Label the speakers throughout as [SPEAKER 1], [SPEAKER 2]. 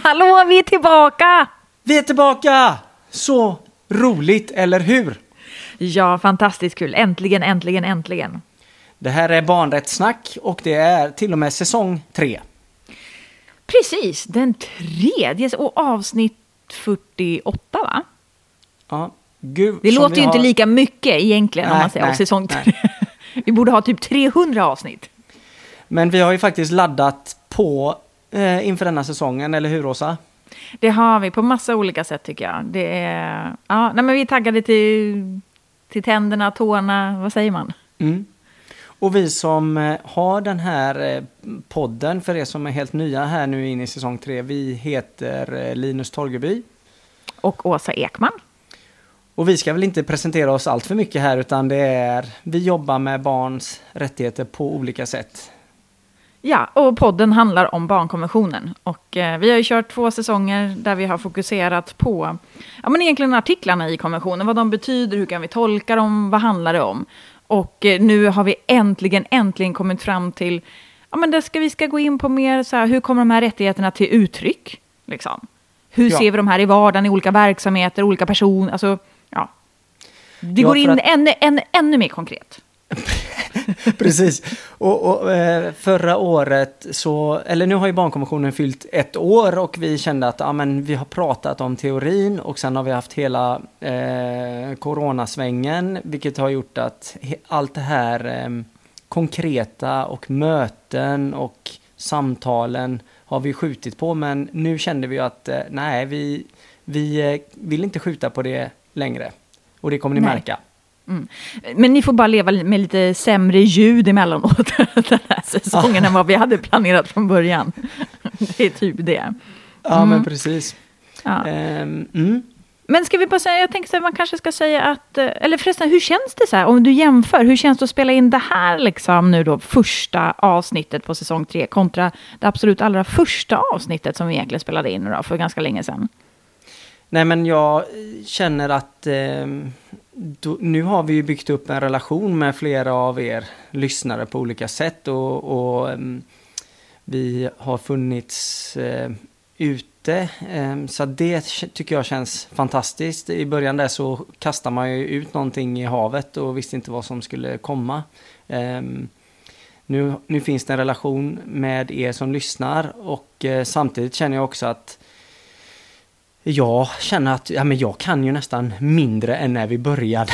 [SPEAKER 1] Hallå, vi är tillbaka!
[SPEAKER 2] Vi är tillbaka! Så roligt, eller hur?
[SPEAKER 1] Ja, fantastiskt kul. Äntligen, äntligen, äntligen.
[SPEAKER 2] Det här är Barnrättssnack och det är till och med säsong 3.
[SPEAKER 1] Precis, den 3:e och avsnitt 48, va?
[SPEAKER 2] Ja, gud.
[SPEAKER 1] Det låter ju inte lika mycket egentligen om man säger säsong 3. Vi borde ha typ 300 avsnitt.
[SPEAKER 2] Men vi har ju faktiskt laddat på inför denna säsongen, eller hur Åsa?
[SPEAKER 1] Det har vi på massa olika sätt tycker jag. Det är, ja, nej, men vi är taggade till tänderna, tårna, vad säger man?
[SPEAKER 2] Mm. Och vi som har den här podden, för er som är helt nya här nu in i säsong 3, vi heter Linus Torgeby.
[SPEAKER 1] Och Åsa Ekman.
[SPEAKER 2] Och vi ska väl inte presentera oss allt för mycket här, utan vi jobbar med barns rättigheter på olika sätt.
[SPEAKER 1] Ja, och podden handlar om barnkonventionen. Och vi har ju kört 2 säsonger där vi har fokuserat på men egentligen artiklarna i konventionen. Vad de betyder, hur kan vi tolka dem, vad handlar det om? Och nu har vi äntligen kommit fram till vi ska gå in på mer så här, hur kommer de här rättigheterna till uttryck? Liksom. Hur ser vi de här i vardagen, i olika verksamheter, olika personer? Alltså, ja. Det går in ännu mer konkret.
[SPEAKER 2] Precis. Och förra året nu har ju barnkonventionen fyllt 1 år och vi kände att vi har pratat om teorin och sen har vi haft hela coronasvängen, vilket har gjort att allt det här konkreta och möten och samtalen har vi skjutit på, men nu kände vi att vi vill inte skjuta på det längre och det kommer ni märka.
[SPEAKER 1] Mm. Men ni får bara leva med lite sämre ljud emellanåt den här säsongen än vad vi hade planerat från början. Det är typ det.
[SPEAKER 2] Ja, men precis.
[SPEAKER 1] Ja. Men ska vi bara säga, jag tänker att man kanske ska säga att, eller förresten, hur känns det så här, om du jämför, hur känns det att spela in det här liksom nu då, första avsnittet på säsong 3 kontra det absolut allra första avsnittet som vi egentligen spelade in då, för ganska länge sedan?
[SPEAKER 2] Nej, men jag känner att nu har vi ju byggt upp en relation med flera av er lyssnare på olika sätt och vi har funnits ute, så det tycker jag känns fantastiskt. I början där så kastar man ju ut någonting i havet och visste inte vad som skulle komma. Nu finns det en relation med er som lyssnar och samtidigt känner jag också att jag känner att jag kan ju nästan mindre än när vi började.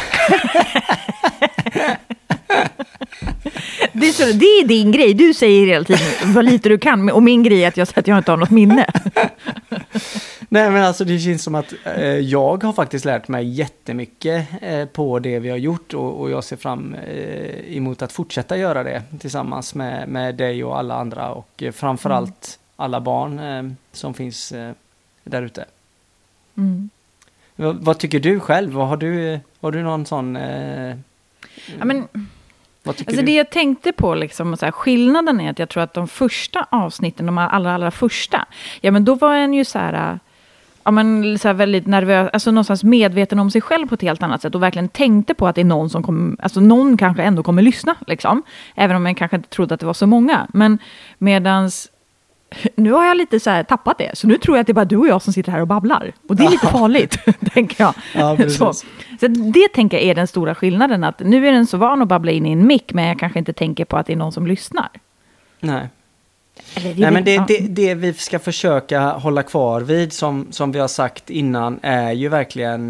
[SPEAKER 1] Det är din grej. Du säger hela tiden vad lite du kan. Och min grej är att jag säger att jag inte har något minne.
[SPEAKER 2] Nej, men alltså det känns som att jag har faktiskt lärt mig jättemycket på det vi har gjort. Och jag ser fram emot att fortsätta göra det tillsammans med dig och alla andra. Och framförallt alla barn som finns där ute. Mm. Vad tycker du själv? Har du någon sån...
[SPEAKER 1] Alltså det jag tänkte på liksom, så här, skillnaden är att jag tror att de första avsnitten, de allra första, men då var en ju så här, så här väldigt nervös, alltså någonstans medveten om sig själv på ett helt annat sätt och verkligen tänkte på att det är någon som kommer, alltså någon kanske ändå kommer lyssna liksom, även om man kanske inte trodde att det var så många, men medans nu har jag lite så här tappat det. Så nu tror jag att det är bara du och jag som sitter här och babblar. Och det är lite farligt, tänker jag.
[SPEAKER 2] Ja,
[SPEAKER 1] så det tänker jag är den stora skillnaden. Att nu är den så van att babbla in i en mick, men jag kanske inte tänker på att det är någon som lyssnar.
[SPEAKER 2] Nej. Men det vi ska försöka hålla kvar vid, som vi har sagt innan, är ju verkligen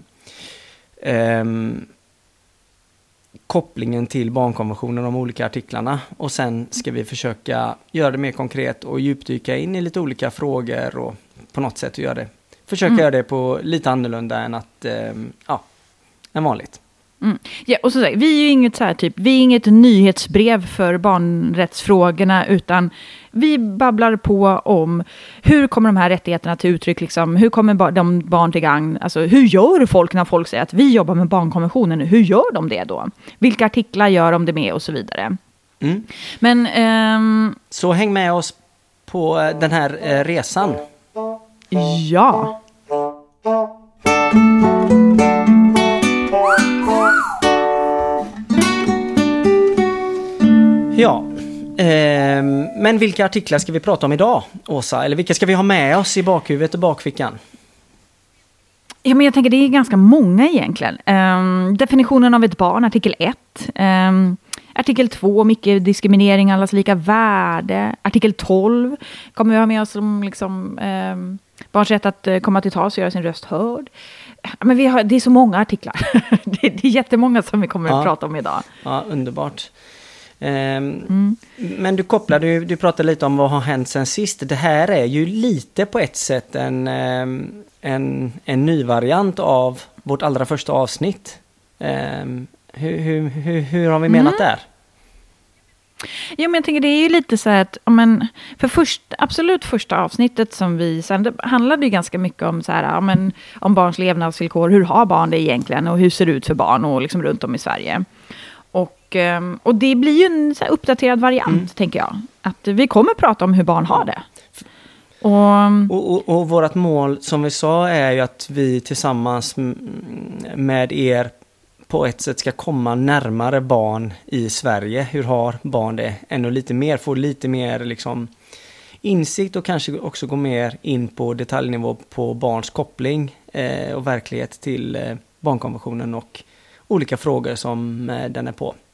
[SPEAKER 2] kopplingen till barnkonventionen, de olika artiklarna, och sen ska vi försöka göra det mer konkret och djupdyka in i lite olika frågor och på något sätt försöka göra det på lite annorlunda än än vanligt.
[SPEAKER 1] Mm. Ja, och så säger vi är ju inget så här vi är inget nyhetsbrev för barnrättsfrågorna, utan vi babblar på om hur kommer de här rättigheterna till uttryck, liksom, hur kommer de barn till gagn, alltså hur gör folk när folk säger att vi jobbar med barnkonventionen, hur gör de det då? Vilka artiklar gör de det med och så vidare. Mm. Men
[SPEAKER 2] så häng med oss på den här resan.
[SPEAKER 1] Ja.
[SPEAKER 2] Ja, Men vilka artiklar ska vi prata om idag, Åsa? Eller vilka ska vi ha med oss i bakhuvudet och bakfickan?
[SPEAKER 1] Ja, men jag tänker det är ganska många egentligen. Definitionen av ett barn, artikel 1. Artikel 2, mycket diskriminering, allas lika värde. Artikel 12 kommer vi ha med oss som liksom, barns rätt att komma till tals och göra sin röst hörd. Men det är så många artiklar. det är jättemånga som vi kommer att prata om idag.
[SPEAKER 2] Ja, underbart. Men du pratade lite om vad har hänt sen sist. Det här är ju lite på ett sätt en ny variant av vårt allra första avsnitt. Hur har vi menat där?
[SPEAKER 1] Ja, men jag tänker det är ju lite så här att absolut första avsnittet som vi sen, det handlade ju ganska mycket om så här, om barns levnadsvillkor, hur har barn det egentligen och hur ser det ut för barn och liksom runt om i Sverige. Och det blir ju en så här uppdaterad variant, tänker jag. Att vi kommer prata om hur barn har det.
[SPEAKER 2] Och vårt mål, som vi sa, är ju att vi tillsammans med er på ett sätt ska komma närmare barn i Sverige. Hur har barn det? Ännu lite mer, få lite mer liksom insikt och kanske också gå mer in på detaljnivå på barns koppling och verklighet till barnkonventionen och olika frågor som den är på.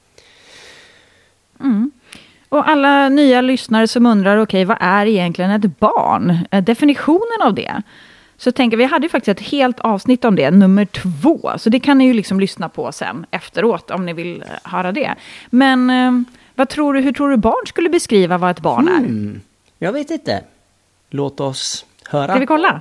[SPEAKER 1] Och alla nya lyssnare som undrar, okej, vad är egentligen ett barn? Definitionen av det. Så tänker vi hade ju faktiskt ett helt avsnitt om det, nummer 2. Så det kan ni ju liksom lyssna på sen efteråt om ni vill höra det. Men hur tror du barn skulle beskriva vad ett barn är?
[SPEAKER 2] Jag vet inte. Låt oss höra.
[SPEAKER 1] Ska vi kolla?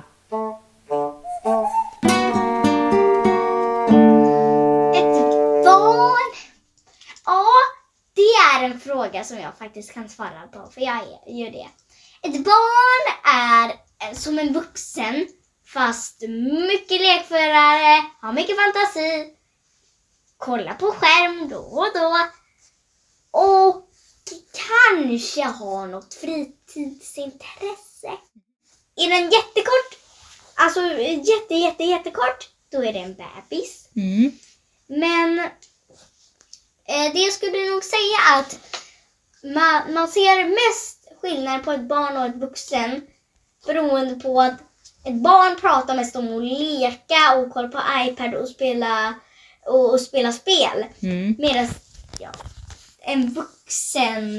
[SPEAKER 3] Ett barn? Ja, det är en fråga som jag faktiskt kan svara på, för jag gör det. Ett barn är som en vuxen, fast mycket lekförare, har mycket fantasi, kollar på skärm då och då och kanske har något fritidsintresse. Är den jättekort, alltså jättekort, då är det en bebis. Men det jag skulle nog säga att man ser mest skillnad på ett barn och ett vuxen beroende på att ett barn pratar mest om att leka och kolla på iPad och spela spel. Medan en vuxen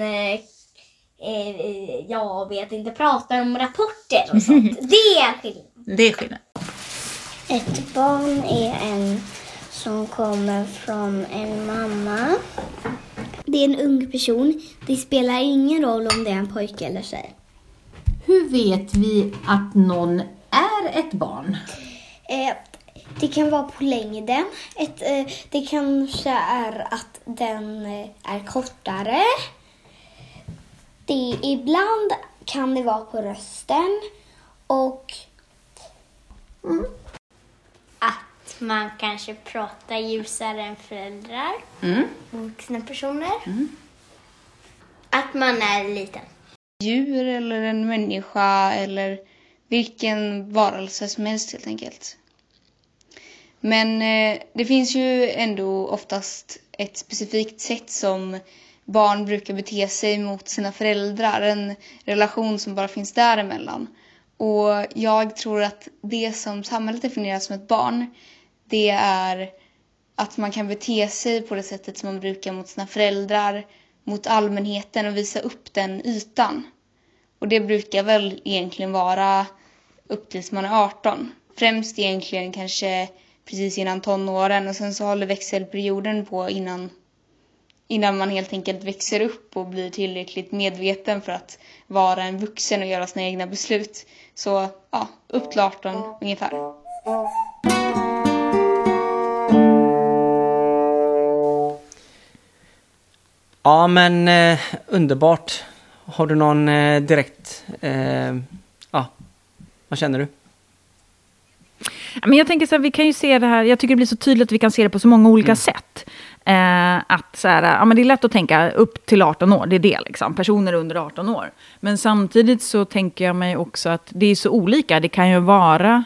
[SPEAKER 3] jag vet inte, pratar om rapporter och sånt. Det är skillnad.
[SPEAKER 1] Det är skillnad.
[SPEAKER 3] Ett barn är en som kommer från en mamma. Det är en ung person. Det spelar ingen roll om det är en pojke eller tjej.
[SPEAKER 4] Hur vet vi att någon är ett barn?
[SPEAKER 3] Det kan vara på längden. Det kanske är att den är kortare. Ibland kan det vara på rösten. Och att man kanske pratar ljusare än föräldrar. Vuxna personer. Att man är liten.
[SPEAKER 5] Djur eller en människa eller vilken varelse som helst helt enkelt. Men det finns ju ändå oftast ett specifikt sätt som barn brukar bete sig mot sina föräldrar. En relation som bara finns däremellan. Och jag tror att det som samhället definierar som ett barn, det är att man kan bete sig på det sättet som man brukar mot sina föräldrar, mot allmänheten och visa upp den ytan. Och det brukar väl egentligen vara upp tills man är 18. Främst egentligen kanske precis innan tonåren och sen så håller växelperioden på innan man helt enkelt växer upp och blir tillräckligt medveten för att vara en vuxen och göra sina egna beslut. Så ja, upp till 18 ungefär.
[SPEAKER 2] Ja, men underbart. Har du någon direkt... vad känner du?
[SPEAKER 1] Men jag tänker så här, vi kan ju se det här, jag tycker det blir så tydligt att vi kan se det på så många olika sätt. Att så här, men det är lätt att tänka upp till 18 år, det är det liksom, personer under 18 år. Men samtidigt så tänker jag mig också att det är så olika, det kan ju vara,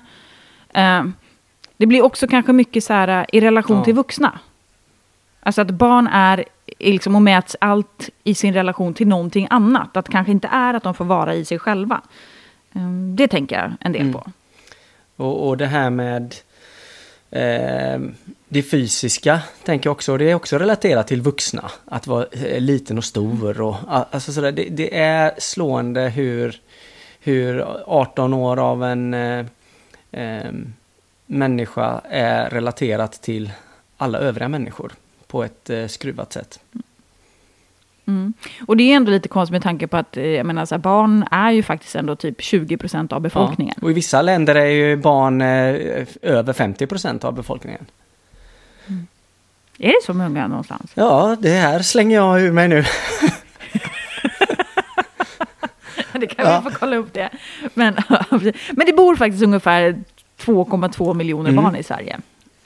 [SPEAKER 1] det blir också kanske mycket så här i relation till vuxna. Alltså att barn är liksom, och mäts allt i sin relation till någonting annat. Att kanske inte är att de får vara i sig själva. Det tänker jag en del på.
[SPEAKER 2] Och det här med det fysiska tänker jag också. Det är också relaterat till vuxna. Att vara liten och stor. Och, alltså sådär, det är slående hur 18 år av en människa är relaterat till alla övriga människor på ett skruvat sätt.
[SPEAKER 1] Och det är ändå lite konstigt med tanke på att jag menar, så här, barn är ju faktiskt ändå typ 20% av befolkningen.
[SPEAKER 2] Ja, och i vissa länder är ju barn över 50% av befolkningen.
[SPEAKER 1] Är det så många någonstans?
[SPEAKER 2] Ja, det här slänger jag ur mig nu.
[SPEAKER 1] Det kan vi få kolla upp det. Men det bor faktiskt ungefär 2,2 miljoner barn i Sverige.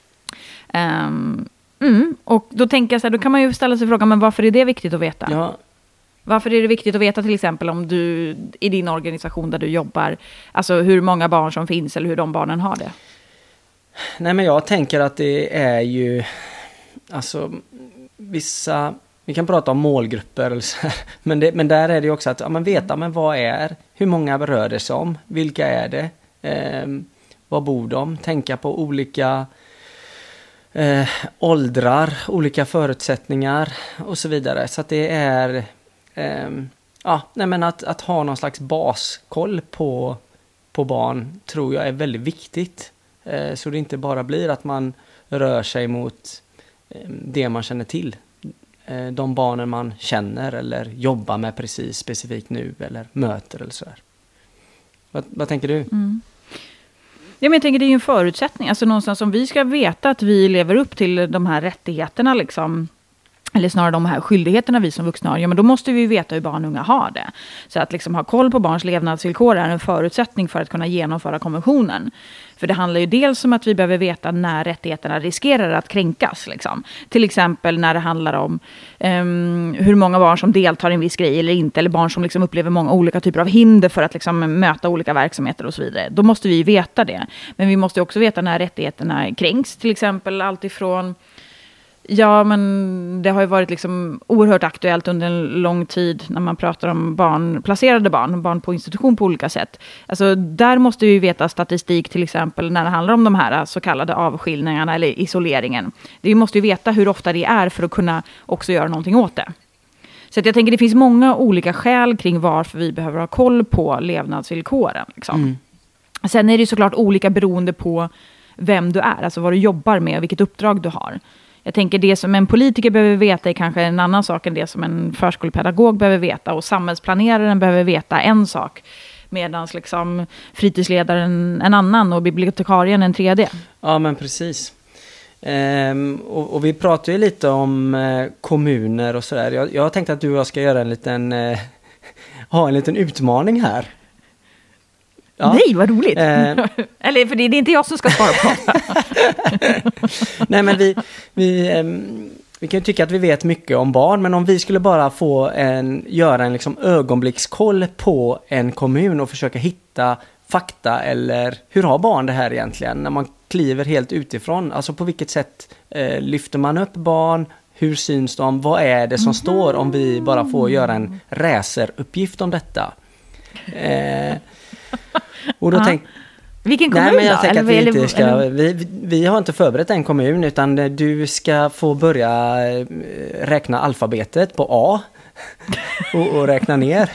[SPEAKER 1] Och då tänker jag så här, då kan man ju ställa sig frågan, men varför är det viktigt att veta?
[SPEAKER 2] Ja.
[SPEAKER 1] Varför är det viktigt att veta till exempel om du i din organisation där du jobbar, alltså hur många barn som finns eller hur de barnen har det?
[SPEAKER 2] Nej, men jag tänker att det är ju, alltså vissa, vi kan prata om målgrupper eller så här, men där är det ju också att veta, men hur många berör det sig om? Vilka är det? Var bor de? Tänka på olika åldrar, olika förutsättningar och så vidare. Så att det är att ha någon slags baskoll på barn tror jag är väldigt viktigt. Så det inte bara blir att man rör sig mot det man känner till. De barnen man känner eller jobbar med precis specifikt nu eller möter eller sådär. Vad tänker du?
[SPEAKER 1] Ja, men jag tänker det är ju en förutsättning. Alltså någonstans om vi ska veta att vi lever upp till de här rättigheterna liksom, eller snarare de här skyldigheterna vi som vuxna har, ja men då måste vi veta hur barn och unga har det. Så att liksom ha koll på barns levnadsvillkor är en förutsättning för att kunna genomföra konventionen. För det handlar ju dels om att vi behöver veta när rättigheterna riskerar att kränkas. Liksom. Till exempel när det handlar om hur många barn som deltar i en viss grej eller inte. Eller barn som liksom upplever många olika typer av hinder för att liksom möta olika verksamheter och så vidare. Då måste vi veta det. Men vi måste också veta när rättigheterna kränks. Till exempel alltifrån... Ja, men det har ju varit liksom oerhört aktuellt under en lång tid när man pratar om placerade barn på institution på olika sätt. Alltså där måste vi veta statistik till exempel när det handlar om de här så kallade avskiljningarna eller isoleringen. Vi måste ju veta hur ofta det är för att kunna också göra någonting åt det. Så att jag tänker det finns många olika skäl kring varför vi behöver ha koll på levnadsvillkoren. Liksom. Sen är det ju såklart olika beroende på vem du är, alltså vad du jobbar med och vilket uppdrag du har. Jag tänker det som en politiker behöver veta är kanske en annan sak än det som en förskolepedagog behöver veta. Och samhällsplaneraren behöver veta en sak. Medan liksom fritidsledaren en annan och bibliotekarien en tredje. Ja,
[SPEAKER 2] men precis. Och vi pratar ju lite om kommuner och sådär. Jag har tänkt att du och jag ska göra ha en liten utmaning här.
[SPEAKER 1] Ja. Nej, vad roligt. Eller för det är inte jag som ska svara på.
[SPEAKER 2] Nej, men vi kan ju tycka att vi vet mycket om barn, men om vi skulle bara få göra en liksom ögonblickskoll på en kommun och försöka hitta fakta eller hur har barn det här egentligen när man kliver helt utifrån. Alltså på vilket sätt lyfter man upp barn, hur syns de, vad är det som står om vi bara får göra en raceruppgift om detta. Och då
[SPEAKER 1] vilken kommun
[SPEAKER 2] men jag tänker att vi inte ska, vi har inte förberett en kommun utan du ska få börja räkna alfabetet på A och räkna ner.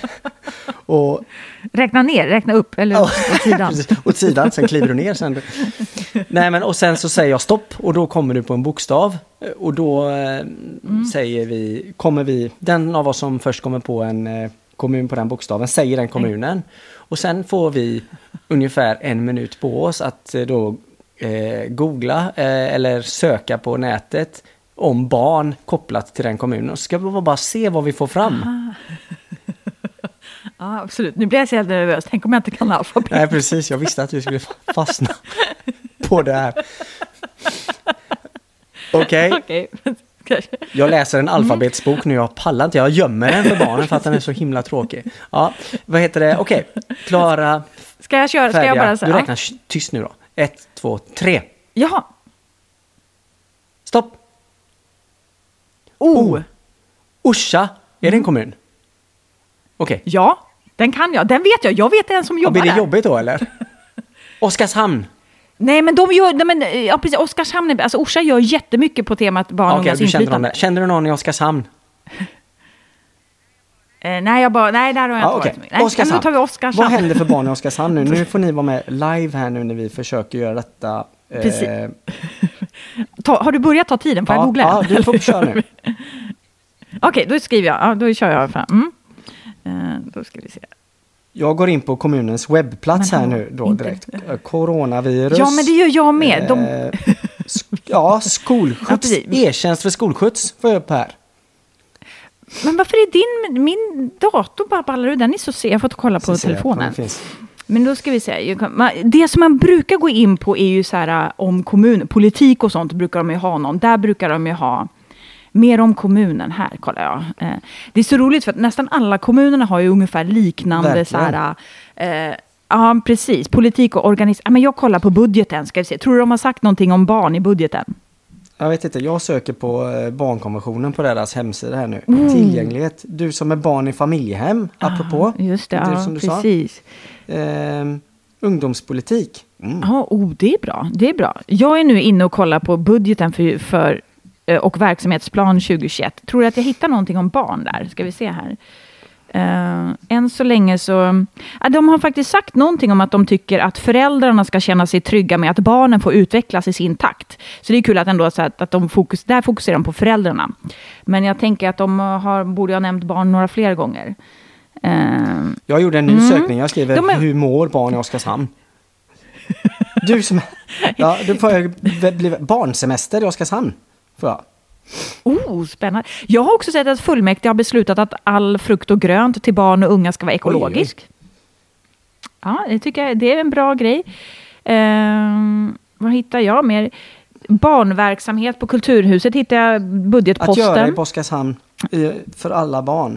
[SPEAKER 1] Räkna upp eller åt sidan.
[SPEAKER 2] Åt sidan, sen kliver du ner sen. Nej, men och sen så säger jag stopp och då kommer du på en bokstav och då kommer vi, den av oss som först kommer på en kommun på den bokstaven säger den kommunen. Och sen får vi ungefär 1 minut på oss att då googla eller söka på nätet om barn kopplat till den kommunen. Och så ska vi bara se vad vi får fram.
[SPEAKER 1] Ja, absolut. Nu blir jag så helt nervös. Tänk om jag inte kan alfabet.
[SPEAKER 2] Nej, precis. Jag visste att du skulle fastna på det här. Okej. Jag läser en alfabetsbok nu, jag pallar inte. Jag gömmer den för barnen för att den är så himla tråkig. Ja, vad heter det? Okej, Klara.
[SPEAKER 1] Ska jag köra? Ska jag bara säga?
[SPEAKER 2] Du räknar tyst nu då. 1, 2, 3.
[SPEAKER 1] Jaha.
[SPEAKER 2] Stopp.
[SPEAKER 1] O.
[SPEAKER 2] Orsa, är det en kommun? Okej.
[SPEAKER 1] Ja, den kan jag. Den vet jag. Jag vet en som jobbar
[SPEAKER 2] Blir det
[SPEAKER 1] där.
[SPEAKER 2] jobbigt då eller? Oskarshamn.
[SPEAKER 1] Nej, men de gör... Nej, men, ja, precis. Oskarshamn, alltså Orsa gör jättemycket på temat barn och ungas
[SPEAKER 2] du kände
[SPEAKER 1] inflytande.
[SPEAKER 2] Kände du någon i Oskarshamn?
[SPEAKER 1] Nej, där har jag inte varit med. Nej,
[SPEAKER 2] Oskarshamn.
[SPEAKER 1] nu tar vi Oskarshamn.
[SPEAKER 2] Vad händer för barn i Oskarshamn nu? Nu får ni vara med live här nu när vi försöker göra detta.
[SPEAKER 1] Precis. Har du börjat ta tiden? Får jag googla?
[SPEAKER 2] Ja, du får köra nu.
[SPEAKER 1] Okej, då skriver jag. Ja, då kör jag fram. Då ska vi se.
[SPEAKER 2] Jag går in på kommunens webbplats här nu då direkt. Coronavirus.
[SPEAKER 1] Ja, men det gör jag med.
[SPEAKER 2] Skolskjuts. E-tjänst för skolskjuts får jag upp här.
[SPEAKER 1] Men varför är min dator bara ballar ur? Den är så sen. Jag får kolla på telefonen. Men då ska vi se. Det som man brukar gå in på är ju så här om politik och sånt brukar de ju ha någon. Där brukar de ju ha mer om kommunen. Här kollar jag. Det är så roligt för att nästan alla kommunerna har ju ungefär liknande så här. Ja, precis. Politik och organisation. Men jag kollar på budgeten. Ska vi se. Tror du de har sagt någonting om barn i budgeten?
[SPEAKER 2] Jag vet inte, jag söker på barnkonventionen på deras hemsida här nu. Tillgänglighet. Du som är barn i familjehem, apropå.
[SPEAKER 1] Just det,
[SPEAKER 2] som du
[SPEAKER 1] precis.
[SPEAKER 2] Ungdomspolitik.
[SPEAKER 1] Ja, det är bra. Det är bra. Jag är nu inne och kollar på budgeten för och verksamhetsplan 2021. Tror du att jag hittar någonting om barn där? Ska vi se här. Än så länge så... de har faktiskt sagt någonting om att de tycker att föräldrarna ska känna sig trygga med att barnen får utvecklas i sin takt. Så det är kul att ändå att de där fokuserar de på föräldrarna. Men jag tänker att de borde ha nämnt barn några fler gånger.
[SPEAKER 2] Jag gjorde en ny sökning. Jag skriver hur mår barn i Oskarshamn? Du som... Ja, du får bli barnsemester i Oskarshamn. Får jag.
[SPEAKER 1] Spännande. Jag har också sett att fullmäktige har beslutat att all frukt och grönt till barn och unga ska vara ekologisk. Ja, det tycker jag det är en bra grej. Vad hittar jag mer? Barnverksamhet på Kulturhuset hittar jag budgetposten.
[SPEAKER 2] Att göra i Oskarshamn för alla barn.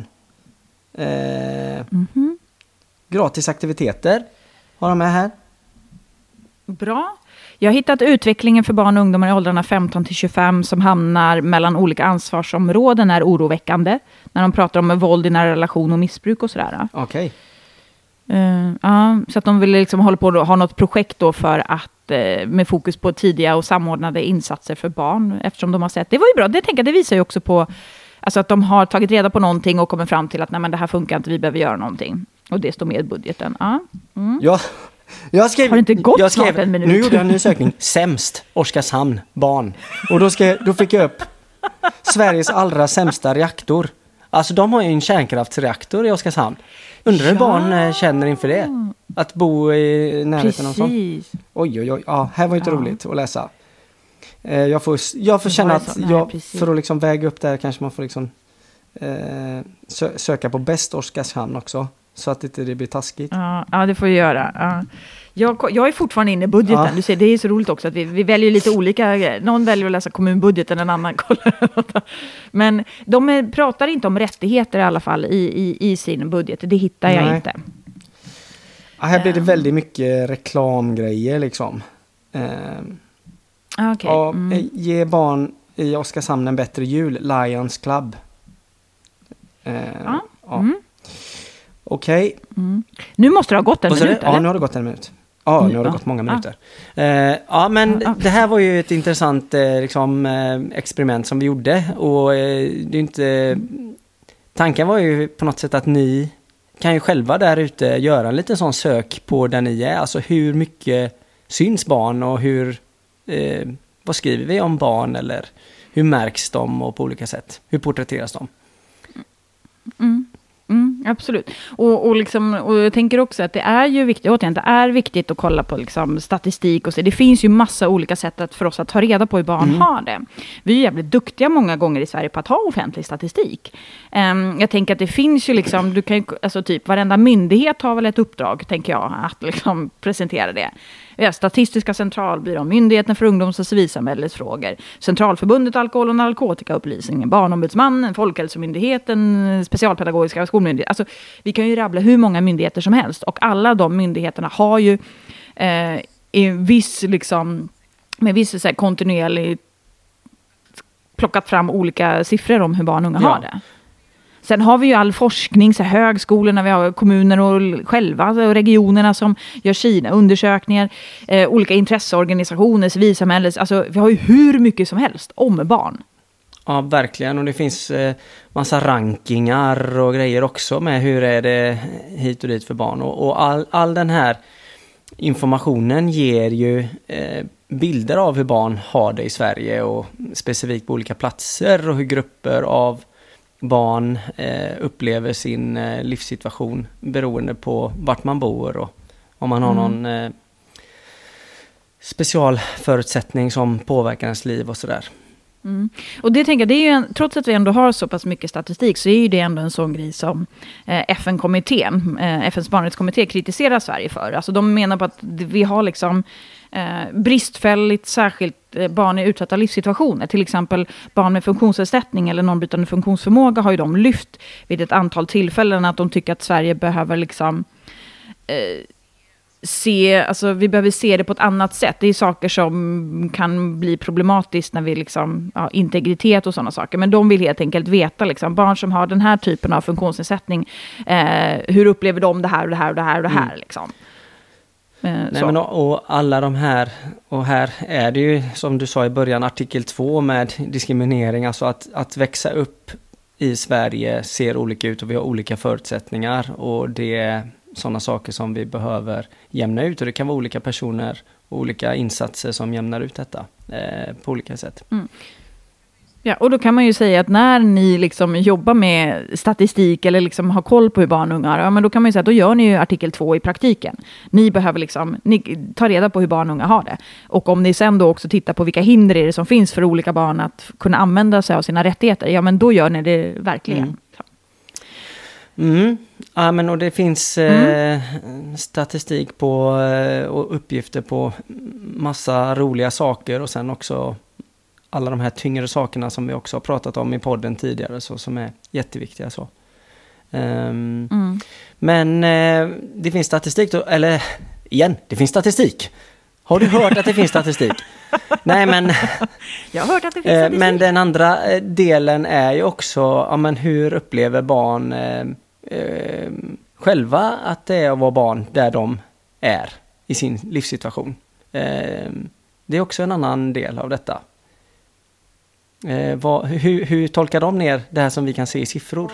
[SPEAKER 2] Gratis aktiviteter har de med här.
[SPEAKER 1] Bra. Jag har hittat utvecklingen för barn och ungdomar i åldrarna 15-25 som hamnar mellan olika ansvarsområden är oroväckande. När de pratar om våld i nära relation och missbruk och sådär.
[SPEAKER 2] Okej.
[SPEAKER 1] Så att de vill liksom hålla på och ha något projekt då för att med fokus på tidiga och samordnade insatser för barn. Eftersom de har sett, det var ju bra, det visar ju också på alltså att de har tagit reda på någonting och kommit fram till att nej, men det här funkar inte, vi behöver göra någonting. Och det står med i budgeten.
[SPEAKER 2] Ja. Har
[SPEAKER 1] det inte gått snart en minut?
[SPEAKER 2] Nu gjorde jag en ny sökning. Sämst Oskarshamn barn. Och då fick jag upp Sveriges allra sämsta reaktor. Alltså de har ju en kärnkraftsreaktor i Oskarshamn. Undrar hur barn känner inför det. Att bo i närheten av sånt. Oj. Ja, här var ju inte roligt att läsa. Jag får känna att för att liksom väga upp det här kanske man får liksom söka på bäst Oskarshamn också. Så att inte det blir taskigt.
[SPEAKER 1] Ja, det får vi göra. Ja. Jag är fortfarande inne i budgeten. Ja. Du ser, det är så roligt också att vi väljer lite olika. Någon väljer att läsa kommunbudgeten, en annan kollar. Men de pratar inte om rättigheter i alla fall i sin budget. Det hittar jag inte.
[SPEAKER 2] Ja, här blir det väldigt mycket reklamgrejer liksom. Ge barn i Oskarshamn en bättre jul. Lions Club. Okej.
[SPEAKER 1] Nu måste det ha gått en minut,
[SPEAKER 2] eller? Ja, nu har det gått en minut. Ja, nu har det gått många minuter. Det här var ju ett intressant experiment som vi gjorde. Och det är inte... Tanken var ju på något sätt att ni kan ju själva där ute göra en liten sån sök på där ni är. Alltså hur mycket syns barn och vad skriver vi om barn eller hur märks de och på olika sätt? Hur porträtteras de?
[SPEAKER 1] Absolut. Och jag tänker också att det är ju viktigt, det är viktigt att kolla på liksom statistik och så. Det finns ju massa olika sätt för oss att ta reda på hur barn har det. Vi är jävligt duktiga många gånger i Sverige på att ha offentlig statistik. Jag tänker att det finns ju liksom, du kan ju, alltså typ varenda myndighet har väl ett uppdrag, tänker jag, att liksom presentera det. Ja, Statistiska centralbyrån, Myndigheten för ungdoms- och civilsamhällesfrågor, Centralförbundet alkohol- och narkotikaupplysningen, Barnombudsmannen, Folkhälsomyndigheten, Specialpedagogiska skolmyndigheten. Alltså, vi kan ju rabbla hur många myndigheter som helst. Och alla de myndigheterna har ju med viss så här, kontinuerligt plockat fram olika siffror om hur barn och unga har det. Sen har vi ju all forskning, så högskolorna, vi har kommuner och själva och regionerna som gör sina undersökningar, olika intresseorganisationer, civilsamhället, alltså vi har ju hur mycket som helst om barn.
[SPEAKER 2] Ja, verkligen. Och det finns massa rankingar och grejer också med hur är det hit och dit för barn. Och all den här informationen ger ju bilder av hur barn har det i Sverige och specifikt på olika platser och hur grupper av barn upplever sin livssituation beroende på vart man bor och om man har någon specialförutsättning som påverkar ens liv och sådär.
[SPEAKER 1] Mm. Och det tänker jag, det är ju trots att vi ändå har så pass mycket statistik så är ju det ändå en sån grej som FN-kommittén, FNs barnrättskommitté kritiserar Sverige för. Alltså de menar på att vi har liksom bristfälligt särskilt barn i utsatta livssituationer. Till exempel barn med funktionsnedsättning eller normbrytande funktionsförmåga har ju de lyft vid ett antal tillfällen att de tycker att Sverige behöver liksom vi behöver se det på ett annat sätt. Det är saker som kan bli problematiskt när vi liksom, integritet och sådana saker. Men de vill helt enkelt veta, liksom, barn som har den här typen av funktionsnedsättning, hur upplever de det här och det här och det här och det här liksom.
[SPEAKER 2] Nej, men och alla de här, och här är det ju som du sa i början artikel 2 med diskriminering, alltså att växa upp i Sverige ser olika ut och vi har olika förutsättningar och det är sådana saker som vi behöver jämna ut och det kan vara olika personer och olika insatser som jämnar ut detta på olika sätt. Mm.
[SPEAKER 1] Ja, och då kan man ju säga att när ni liksom jobbar med statistik eller liksom har koll på hur barn och unga, men då kan man ju säga att då gör ni ju artikel 2 i praktiken. Ni behöver liksom, ni tar reda på hur barn och unga har det. Och om ni sen då också tittar på vilka hinder är det som finns för olika barn att kunna använda sig av sina rättigheter, ja men då gör ni det verkligen.
[SPEAKER 2] Ja, men och det finns statistik på och uppgifter på massa roliga saker och sen också alla de här tyngre sakerna som vi också har pratat om i podden tidigare så som är jätteviktiga så. Men det finns statistik då, eller igen, det finns statistik. Har du hört att det finns statistik? Nej, men
[SPEAKER 1] jag har hört att det finns statistik.
[SPEAKER 2] Men den andra delen är ju också men hur upplever barn själva att det är att vara barn där de är i sin livssituation. Det är också en annan del av detta. Hur tolkar de ner det här som vi kan se i siffror?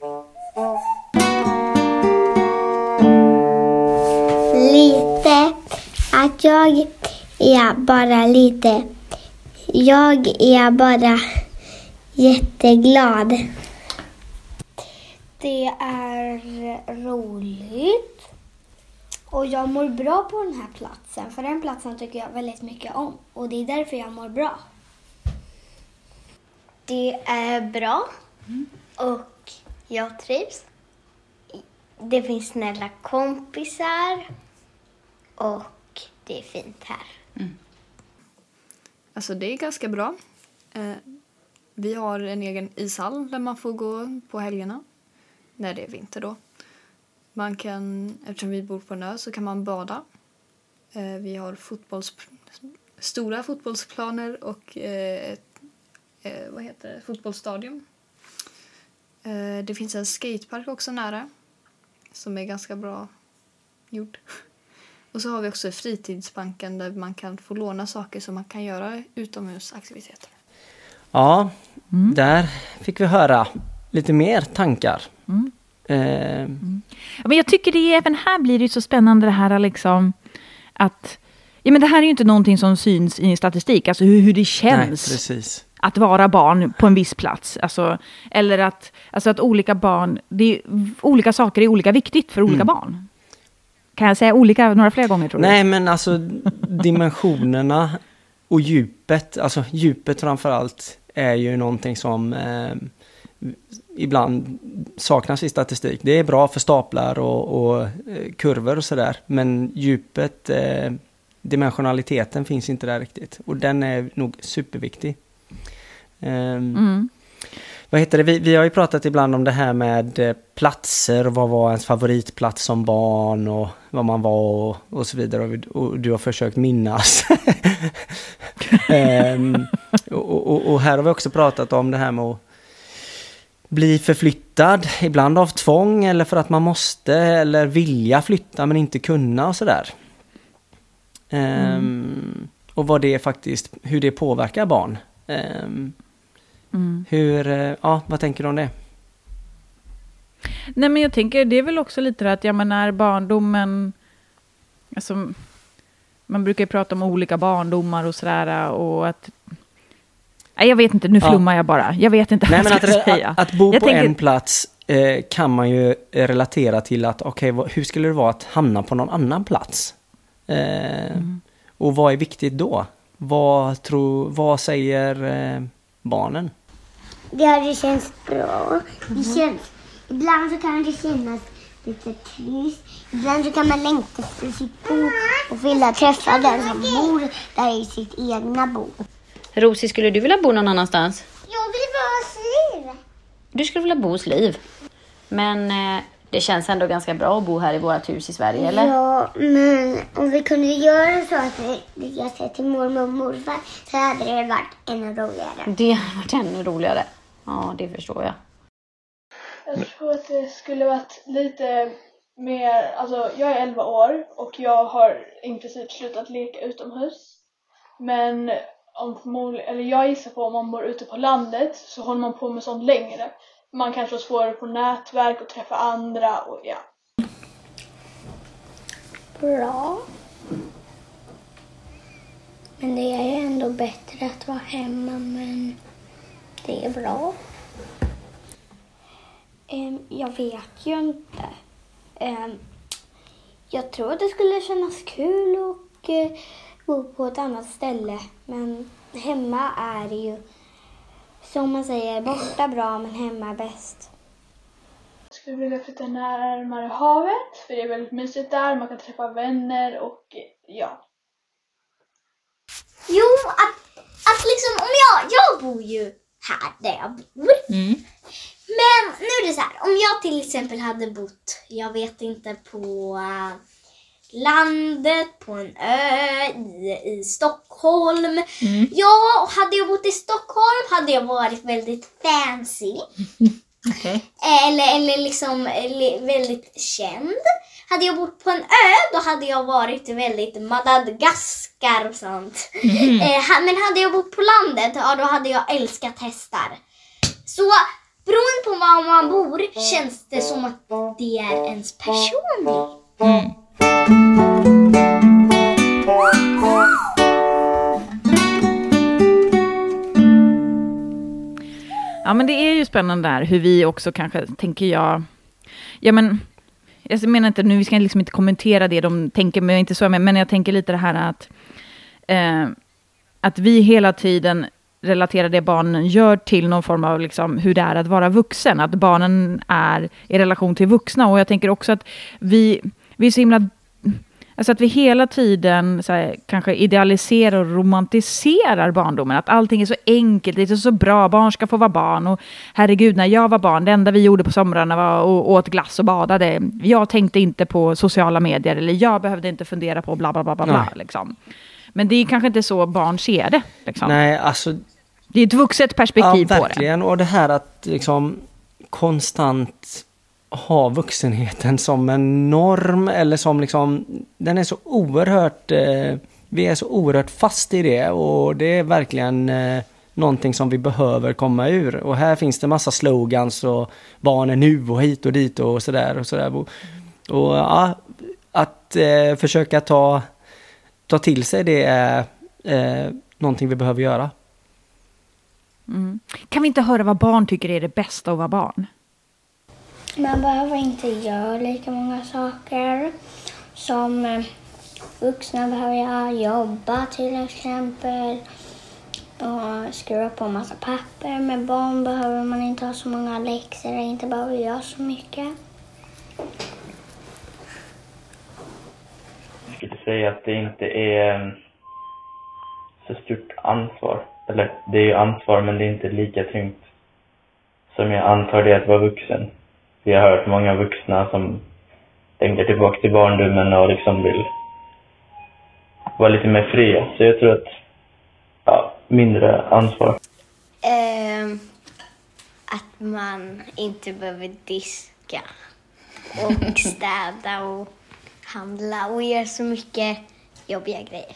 [SPEAKER 3] Lite. Att jag är bara jätteglad. Det är roligt. Och jag mår bra på den här platsen. För den platsen tycker jag väldigt mycket om. Och det är därför jag mår bra. Det är bra. Och jag trivs. Det finns snälla kompisar. Och det är fint här.
[SPEAKER 6] Alltså det är ganska bra. Vi har en egen ishall där man får gå på helgerna. När det är vinter då. Man kan, eftersom vi bor på en ö så kan man bada. Vi har stora fotbollsplaner och fotbollsstadion. Det finns en skatepark också nära. Som är ganska bra gjord. Och så har vi också fritidsbanken där man kan få låna saker som man kan göra utomhusaktiviteter.
[SPEAKER 2] Ja, där fick vi höra lite mer tankar.
[SPEAKER 1] Men jag tycker även här blir det så spännande det här liksom att men det här är ju inte någonting som syns i statistik, alltså hur det känns.
[SPEAKER 2] Nej, precis.
[SPEAKER 1] Att vara barn på en viss plats. Alltså, eller att olika barn, olika saker är olika viktigt för olika barn. Kan jag säga olika några fler gånger tror du?
[SPEAKER 2] Nej, men alltså dimensionerna och djupet, alltså djupet framförallt är ju någonting som ibland saknas i statistik. Det är bra för staplar och kurvor och sådär, men djupet, dimensionaliteten finns inte där riktigt. Och den är nog superviktig. Vad heter det? Vi har ju pratat ibland om det här med platser och vad var ens favoritplats som barn och vad man var och så vidare. Och du har försökt minnas. och här har vi också pratat om det här med bli förflyttad, ibland av tvång eller för att man måste eller vilja flytta men inte kunna och sådär. Och vad det faktiskt, hur det påverkar barn. Vad tänker du om det?
[SPEAKER 1] Nej, men jag tänker, det är väl också lite det att, jag menar, barndomen, alltså, man brukar ju prata om olika barndomar och sådär, och att, nej, jag vet inte, nu flummar jag bara. Jag vet inte vad jag ska säga.
[SPEAKER 2] Att bo på en plats kan man ju relatera till att, hur skulle det vara att hamna på någon annan plats? Och vad är viktigt då? Vad säger barnen?
[SPEAKER 3] Det hade känts bra. Ibland så kan det kännas lite trist. Ibland så kan man längta efter sitt bo och vilja träffa den som bor där i sitt egna bo.
[SPEAKER 7] Rosie, skulle du vilja bo någon annanstans?
[SPEAKER 3] Jag vill vara hos Liv.
[SPEAKER 7] Du skulle vilja bo hos Liv. Men det känns ändå ganska bra att bo här i vårt hus i Sverige, eller?
[SPEAKER 3] Ja, men om vi kunde göra så att jag säger till mormor och morfar, så hade det varit ännu roligare.
[SPEAKER 7] Det hade varit ännu roligare. Ja, det förstår jag.
[SPEAKER 8] Jag tror att det skulle varit lite mer, alltså jag är 11 år och jag har i princip slutat leka utomhus. Men jag gissar på om man bor ute på landet så håller man på med sånt längre. Man kanske har svårare på nätverk och träffa andra och ja.
[SPEAKER 3] Bra. Men det är ju ändå bättre att vara hemma, men det är bra. Jag vet ju inte. Jag tror att det skulle kännas kul och bo på ett annat ställe. Men hemma är ju, som man säger, borta bra men hemma bäst.
[SPEAKER 8] Jag skulle vilja flytta närmare havet, för det är väldigt mysigt där. Man kan träffa vänner och ja.
[SPEAKER 3] Jo, att liksom, om jag bor ju här där jag bor. Men nu är det så här, om jag till exempel hade bott, jag vet inte, på landet, på en ö i Stockholm. Ja, hade jag bott i Stockholm hade jag varit väldigt fancy.
[SPEAKER 7] Okay.
[SPEAKER 3] Eller liksom väldigt känd. Hade jag bott på en ö, då hade jag varit väldigt Madagaskar och sånt. Men hade jag bott på landet, ja, då hade jag älskat hästar. Så beroende på var man bor känns det som att det är ens personlig.
[SPEAKER 1] Ja, men det är ju spännande där hur vi också kanske, tänker jag, jag menar inte nu, vi ska liksom inte kommentera det de tänker, men inte så, men jag tänker lite det här att vi hela tiden relaterar det barnen gör till någon form av liksom hur det är att vara vuxen, att barnen är i relation till vuxna, och jag tänker också att vi är så himla, alltså att vi hela tiden så här, kanske idealiserar och romantiserar barndomen. Att allting är så enkelt, det är så bra, barn ska få vara barn. Och herregud, när jag var barn, det enda vi gjorde på somrarna var att åt glass och badade. Jag tänkte inte på sociala medier, eller jag behövde inte fundera på bla bla bla bla liksom. Men det är kanske inte så barn ser det. Liksom.
[SPEAKER 2] Nej, alltså...
[SPEAKER 1] Det är ett vuxet perspektiv på det.
[SPEAKER 2] Verkligen. Och det här att liksom konstant ha vuxenheten som en norm, eller som liksom, den är så oerhört, vi är så oerhört fast i det, och det är verkligen någonting som vi behöver komma ur. Och här finns det massa slogans och barnen nu och hit och dit och sådär och sådär. Och ja, att försöka ta till sig det är någonting vi behöver göra.
[SPEAKER 1] Kan vi inte höra vad barn tycker är det bästa att vara barn?
[SPEAKER 3] Man behöver inte göra lika många saker som vuxna behöver göra. Jobba till exempel. Och skruva på en massa papper. Med barn behöver man inte ha så många läxor och inte behöver göra så mycket.
[SPEAKER 9] Jag skulle säga att det inte är så stort ansvar. Eller det är ju ansvar, men det är inte lika tungt som jag antar det att vara vuxen. Vi har hört många vuxna som tänker tillbaka till barndomen och liksom vill vara lite mer fria. Så jag tror att mindre ansvar.
[SPEAKER 3] att man inte behöver diska och städa och handla och göra så mycket jobbiga grejer.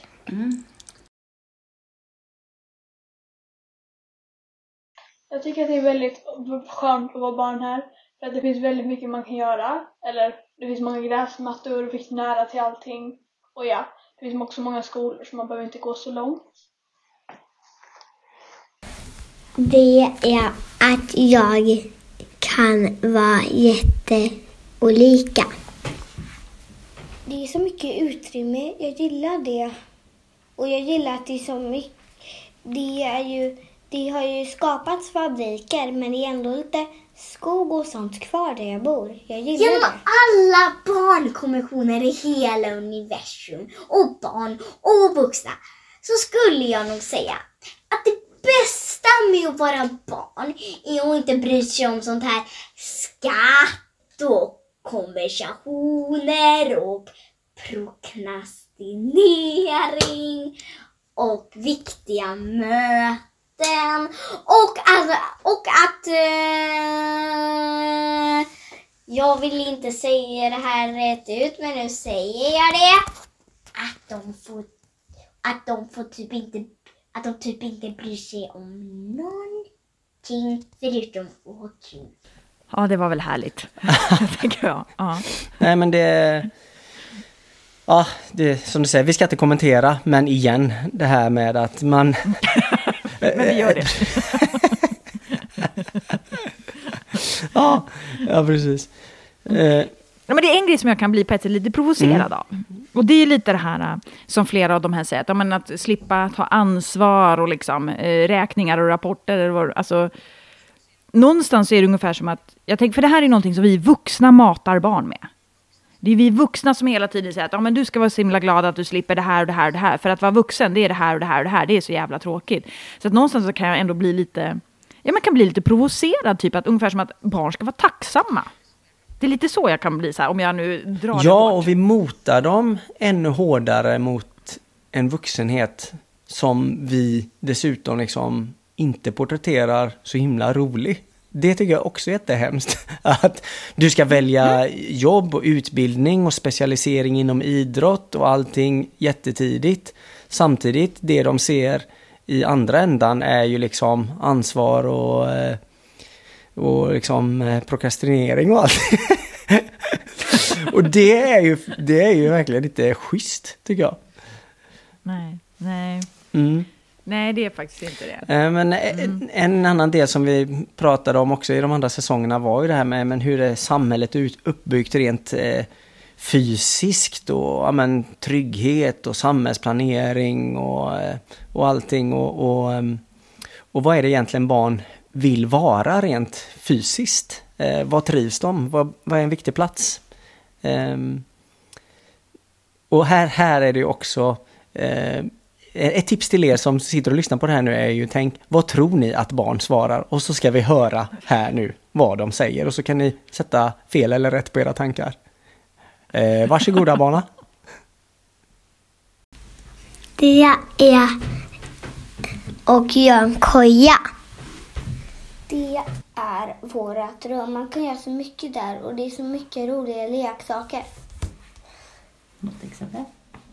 [SPEAKER 8] Jag tycker att det är väldigt skönt att vara barn här. För att det finns väldigt mycket man kan göra. Eller det finns många gräsmattor och fick nära till allting. Och ja, det finns också många skolor så man behöver inte gå så långt.
[SPEAKER 3] Det är att jag kan vara jätteolika. Det är så mycket utrymme, jag gillar det. Och jag gillar att det är så mycket. Det har ju skapats fabriker men det är ändå lite skog och sånt kvar där jag bor. Jag gillar det. Alla barnkonventioner i hela universum och barn och vuxna så skulle jag nog säga att det bästa med att vara barn är att inte bry sig om sånt här skatt och konversationer och prokrastinering och viktiga möten och att jag vill inte säga det här rätt ut men nu säger jag det att de typ inte bryr sig om någonting förutom åkning.
[SPEAKER 1] Ja, det var väl härligt, tänker jag. Ja.
[SPEAKER 2] Nej, men det... Ja, det som du säger, vi ska inte kommentera, men igen, det här med att man...
[SPEAKER 1] Men vi gör det.
[SPEAKER 2] ja, precis.
[SPEAKER 1] Ja, men det är en grej som jag kan bli på ett sätt lite provocerad av. Och det är lite det här som flera av de här säger. Att slippa ta ansvar och liksom, räkningar och rapporter. Alltså, någonstans är det ungefär som att... Jag tänker, för det här är någonting som vi vuxna matar barn med. Det är vi vuxna som hela tiden säger att men du ska vara så himla glad att du slipper det här och det här och det här. För att vara vuxen, det är det här och det här och det här. Det är så jävla tråkigt. Så att någonstans så kan jag ändå bli lite... Ja, man kan bli lite provocerad. Typ att ungefär som att barn ska vara tacksamma. Det är lite så jag kan bli så här, om jag nu drar det
[SPEAKER 2] Ja,
[SPEAKER 1] bort.
[SPEAKER 2] och vi motar dem ännu hårdare mot en vuxenhet som vi dessutom liksom inte porträtterar så himla rolig. Det tycker jag också är jättehemskt. Att du ska välja jobb och utbildning och specialisering inom idrott och allting jättetidigt. Samtidigt, det de ser i andra ändan är ju liksom ansvar och liksom prokrastinering och allt. Och det är ju verkligen inte schysst, tycker jag.
[SPEAKER 1] Nej. Nej, det är faktiskt inte det.
[SPEAKER 2] Men en annan del som vi pratade om också i de andra säsongerna var ju det här med hur är samhället uppbyggt rent fysiskt och trygghet och samhällsplanering och allting och vad är det egentligen barn vill vara rent fysiskt? Vad trivs de? Vad är en viktig plats? Och här är det ju också ett tips till er som sitter och lyssnar på det här nu är ju tänk, vad tror ni att barn svarar? Och så ska vi höra här nu vad de säger och så kan ni sätta fel eller rätt på era tankar. Varsågoda barna.
[SPEAKER 3] Det är och göra en koja. Det är vårat rum. Man kan göra så mycket där och det är så mycket roliga leksaker.
[SPEAKER 7] Något exempel?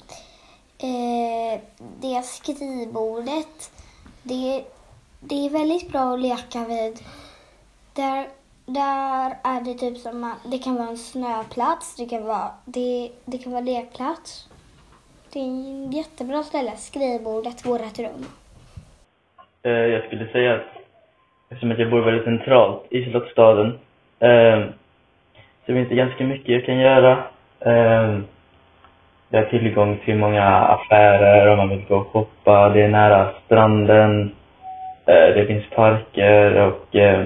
[SPEAKER 3] Det är skrivbordet. Det är väldigt bra att leka vid. Där är det typ som det kan vara en snöplats, det kan vara lekplats. Det är en jättebra ställe, skrivbordet, vårat rum.
[SPEAKER 9] Jag skulle säga att eftersom jag bor väldigt centralt i Slottsstaden så finns det ganska mycket jag kan göra. Jag har tillgång till många affärer om man vill gå och shoppa. Det är nära stranden. Det finns parker och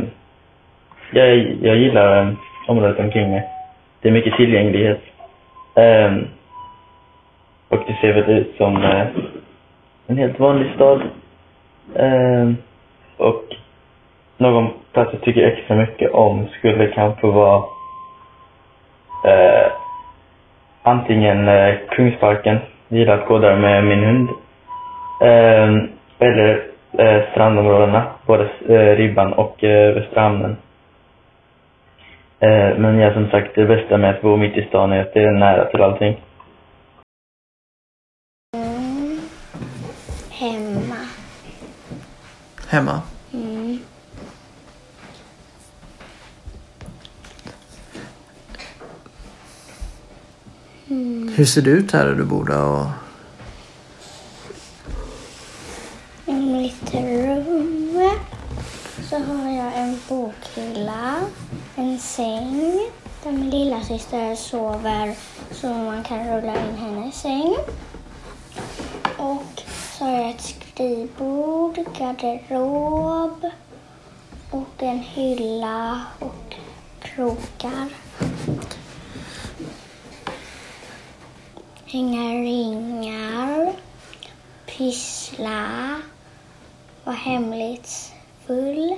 [SPEAKER 9] jag gillar området omkring mig. Det är mycket tillgänglighet. Och det ser väl ut som en helt vanlig stad. Och någon plats jag tycker extra mycket om skulle kanske vara antingen Kungsparken. Jag gillar att gå där med min hund. Eller strandområdena, både Ribban och Västra Hamnen. Men ja, som sagt, det bästa med att bo mitt i stan är att det är nära till allting.
[SPEAKER 3] Hemma.
[SPEAKER 10] Hemma? Hur ser det ut här där du bor då?
[SPEAKER 3] I mitt rum så har jag en bokhylla, en säng där min lilla syster sover så man kan rulla in hennes säng. Och så har jag ett skrivbord, garderob och en hylla och krokar. Hänga ringar, pyssla, vara hemligt full.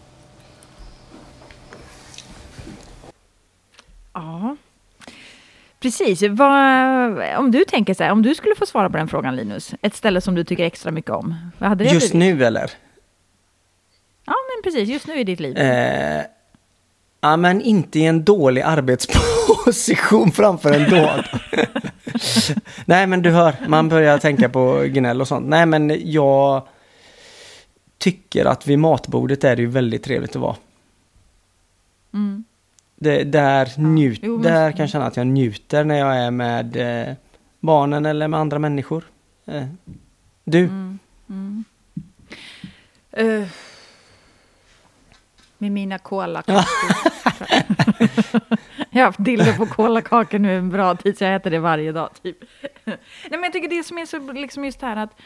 [SPEAKER 1] Ja, precis. Om du tänker så här, om du skulle få svara på den frågan, Linus, ett ställe som du tycker extra mycket om, vad hade det
[SPEAKER 2] Just
[SPEAKER 1] blivit?
[SPEAKER 2] nu eller?
[SPEAKER 1] Ja, men precis, just nu i ditt liv.
[SPEAKER 2] Ja, men inte i en dålig arbetsposition framför en dator. Nej, men du hör, man börjar tänka på gnäll och sånt. Nej, men jag tycker att vid matbordet är det ju väldigt trevligt att vara.
[SPEAKER 1] Mm.
[SPEAKER 2] Där kan jag känna att jag njuter när jag är med barnen eller med andra människor. Du?
[SPEAKER 1] Med mina kolakakor. Jag har haft dille på kolakakor nu en bra tid, så jag äter det varje dag typ. Nej, men jag tycker det som är så liksom just det här att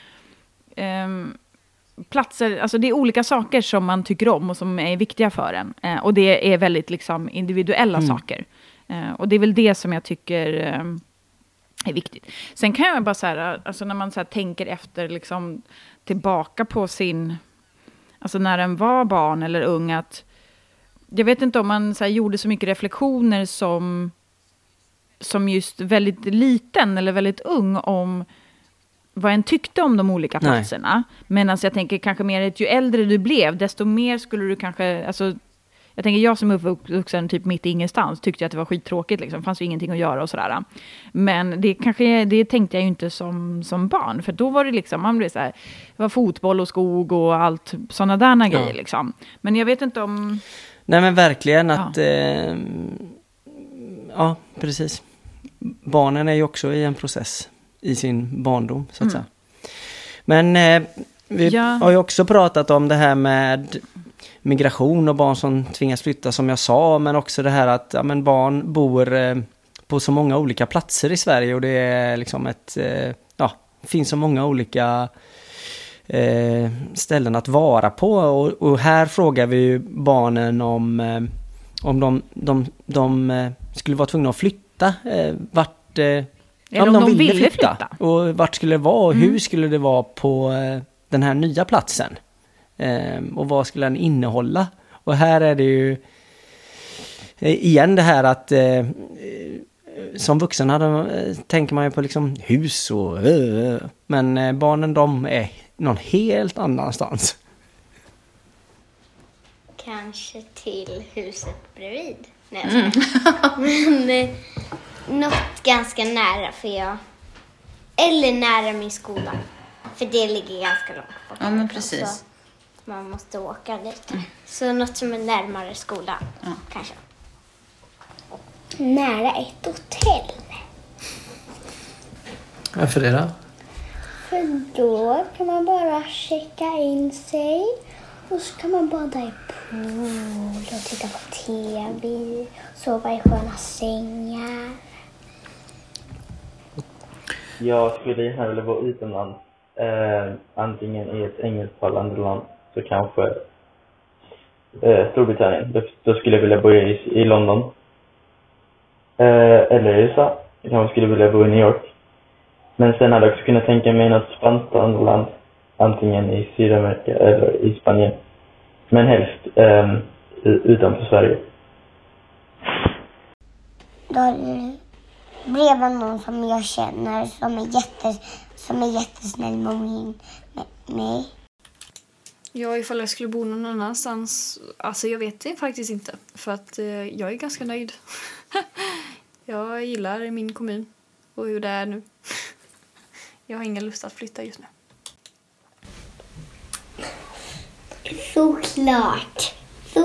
[SPEAKER 1] platser, alltså det är olika saker som man tycker om och som är viktiga för en. Och det är väldigt liksom individuella saker. Och det är väl det som jag tycker är viktigt. Sen kan jag bara så här, alltså när man så här tänker efter liksom tillbaka på sin, alltså när den var barn eller ung, att jag vet inte om man så här gjorde så mycket reflektioner som just väldigt liten eller väldigt ung om vad en tyckte om de olika platserna. Men alltså jag tänker kanske mer att ju äldre du blev, desto mer skulle du kanske, alltså jag tänker jag som uppvuxen typ mitt i ingenstans tyckte att det var skittråkigt liksom, det fanns ju ingenting att göra och sådär. Men det tänkte jag ju inte som barn, för då var det liksom, man blev så här, det var fotboll och skog och allt sådana där grejer liksom. Men jag vet inte om...
[SPEAKER 2] Nej, men verkligen att ja, precis. Barnen är ju också i en process i sin barndom, så att säga. Men vi har ju också pratat om det här med migration och barn som tvingas flytta, som jag sa, men också det här att men barn bor på så många olika platser i Sverige, och det är liksom finns så många olika ställen att vara på, och här frågar vi ju barnen om de skulle vara tvungna att flytta, vart om de ville flytta och vart skulle det vara och hur skulle det vara på den här nya platsen, och vad skulle den innehålla. Och här är det ju igen det här att som vuxen tänker man ju på liksom hus och men barnen, de är någon helt annanstans.
[SPEAKER 3] Kanske till huset bredvid. Nej, men något ganska nära, eller nära min skola. För det ligger ganska långt bort.
[SPEAKER 7] Ja, men precis.
[SPEAKER 3] Så man måste åka dit. Så något som är närmare skolan, kanske. Nära ett hotell.
[SPEAKER 10] Varför det då?
[SPEAKER 3] För då kan man bara checka in sig. Och så kan man bada i pool och titta på tv. Sova i sköna sängar.
[SPEAKER 9] Jag skulle gärna vilja bo utomlands. Antingen i ett engelsktalande land, så kanske Storbritannien. Då skulle jag vilja bo i London. Eller i USA. Jag kanske skulle vilja bo i New York. Men sen hade jag också kunnat tänka mig något spansktalande land. Antingen i Sydamerika eller i Spanien. Men helst utanför Sverige.
[SPEAKER 3] Då blev det någon som jag känner som är jättesnäll med mig.
[SPEAKER 6] Ja, ifall jag skulle bo någon annanstans, alltså jag vet det faktiskt inte. För att jag är ganska nöjd. Jag gillar min kommun och hur det är nu. Jag har ingen lust att flytta just nu.
[SPEAKER 3] Såklart.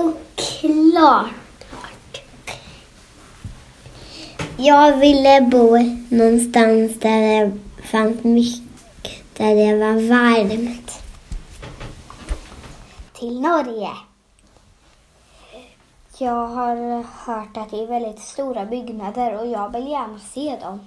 [SPEAKER 3] Jag ville bo någonstans där det fanns mycket, där det var varmt. Till Norge. Jag har hört att det är väldigt stora byggnader och jag vill gärna se dem.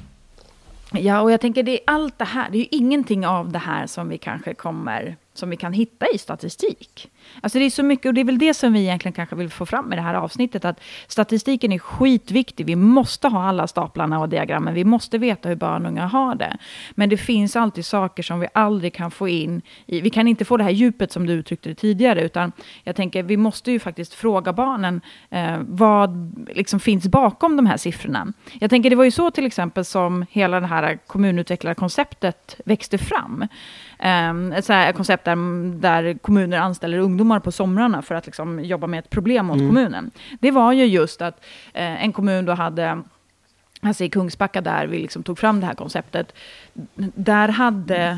[SPEAKER 1] Ja, och jag tänker det är allt det här. Det är ju ingenting av det här som vi kanske som vi kan hitta i statistik. Alltså det är så mycket, och det är väl det som vi egentligen kanske vill få fram i det här avsnittet, att statistiken är skitviktig. Vi måste ha alla staplarna och diagrammen. Vi måste veta hur barn och unga har det. Men det finns alltid saker som vi aldrig kan få in i. Vi kan inte få det här djupet som du uttryckte det tidigare, utan jag tänker vi måste ju faktiskt fråga barnen vad liksom finns bakom de här siffrorna. Jag tänker det var ju så till exempel som hela det här kommunutvecklarkonceptet växte fram. Ett så här koncept där kommuner anställer ungdomar på somrarna för att liksom jobba med ett problem åt kommunen. Det var ju just att en kommun då hade, alltså i Kungsbacka där vi liksom tog fram det här konceptet, där hade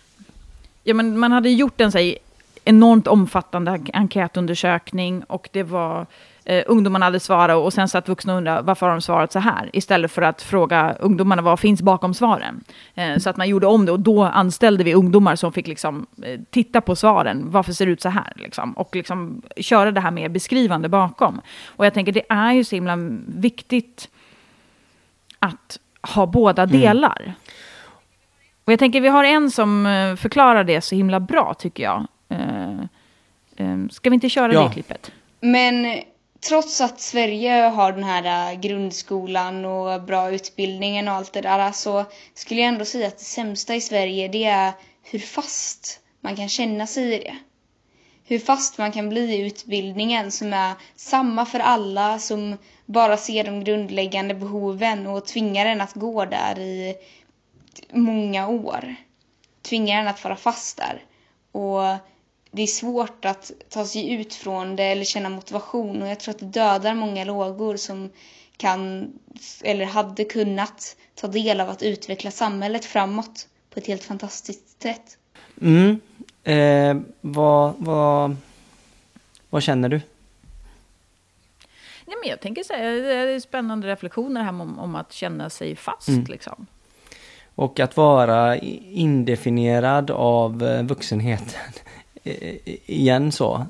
[SPEAKER 1] man hade gjort en så här enormt omfattande enkätundersökning, och det var ungdomarna hade svarat och sen satt vuxna och undrade varför har de svarat så här, istället för att fråga ungdomarna vad finns bakom svaren. Så att man gjorde om det, och då anställde vi ungdomar som fick liksom titta på svaren, varför ser det ut så här liksom, och liksom köra det här mer beskrivande bakom. Och jag tänker det är ju så himla viktigt att ha båda delar. Och jag tänker vi har en som förklarar det så himla bra, tycker jag. Ska vi inte köra det klippet?
[SPEAKER 5] Men trots att Sverige har den här grundskolan och bra utbildningen och allt det där, så skulle jag ändå säga att det sämsta i Sverige, det är hur fast man kan känna sig i det. Hur fast man kan bli i utbildningen som är samma för alla, som bara ser de grundläggande behoven och tvingar en att gå där i många år. Tvingar en att vara fast där. Och det är svårt att ta sig ut från det eller känna motivation. Och jag tror att det dödar många lågor som kan eller hade kunnat ta del av att utveckla samhället framåt på ett helt fantastiskt sätt.
[SPEAKER 2] Vad känner du?
[SPEAKER 1] Ja, men jag tänker säga det är spännande reflektioner här om att känna sig fast. Liksom.
[SPEAKER 2] Och att vara indefinierad av vuxenheten. Igen så.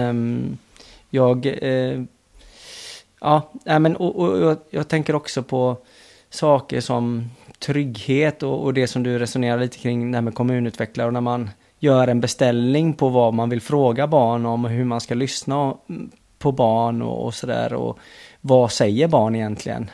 [SPEAKER 2] Jag tänker också på saker som trygghet och det som du resonerar lite kring det här med kommunutvecklare, och när man gör en beställning på vad man vill fråga barn om och hur man ska lyssna på barn och sådär, och vad säger barn egentligen.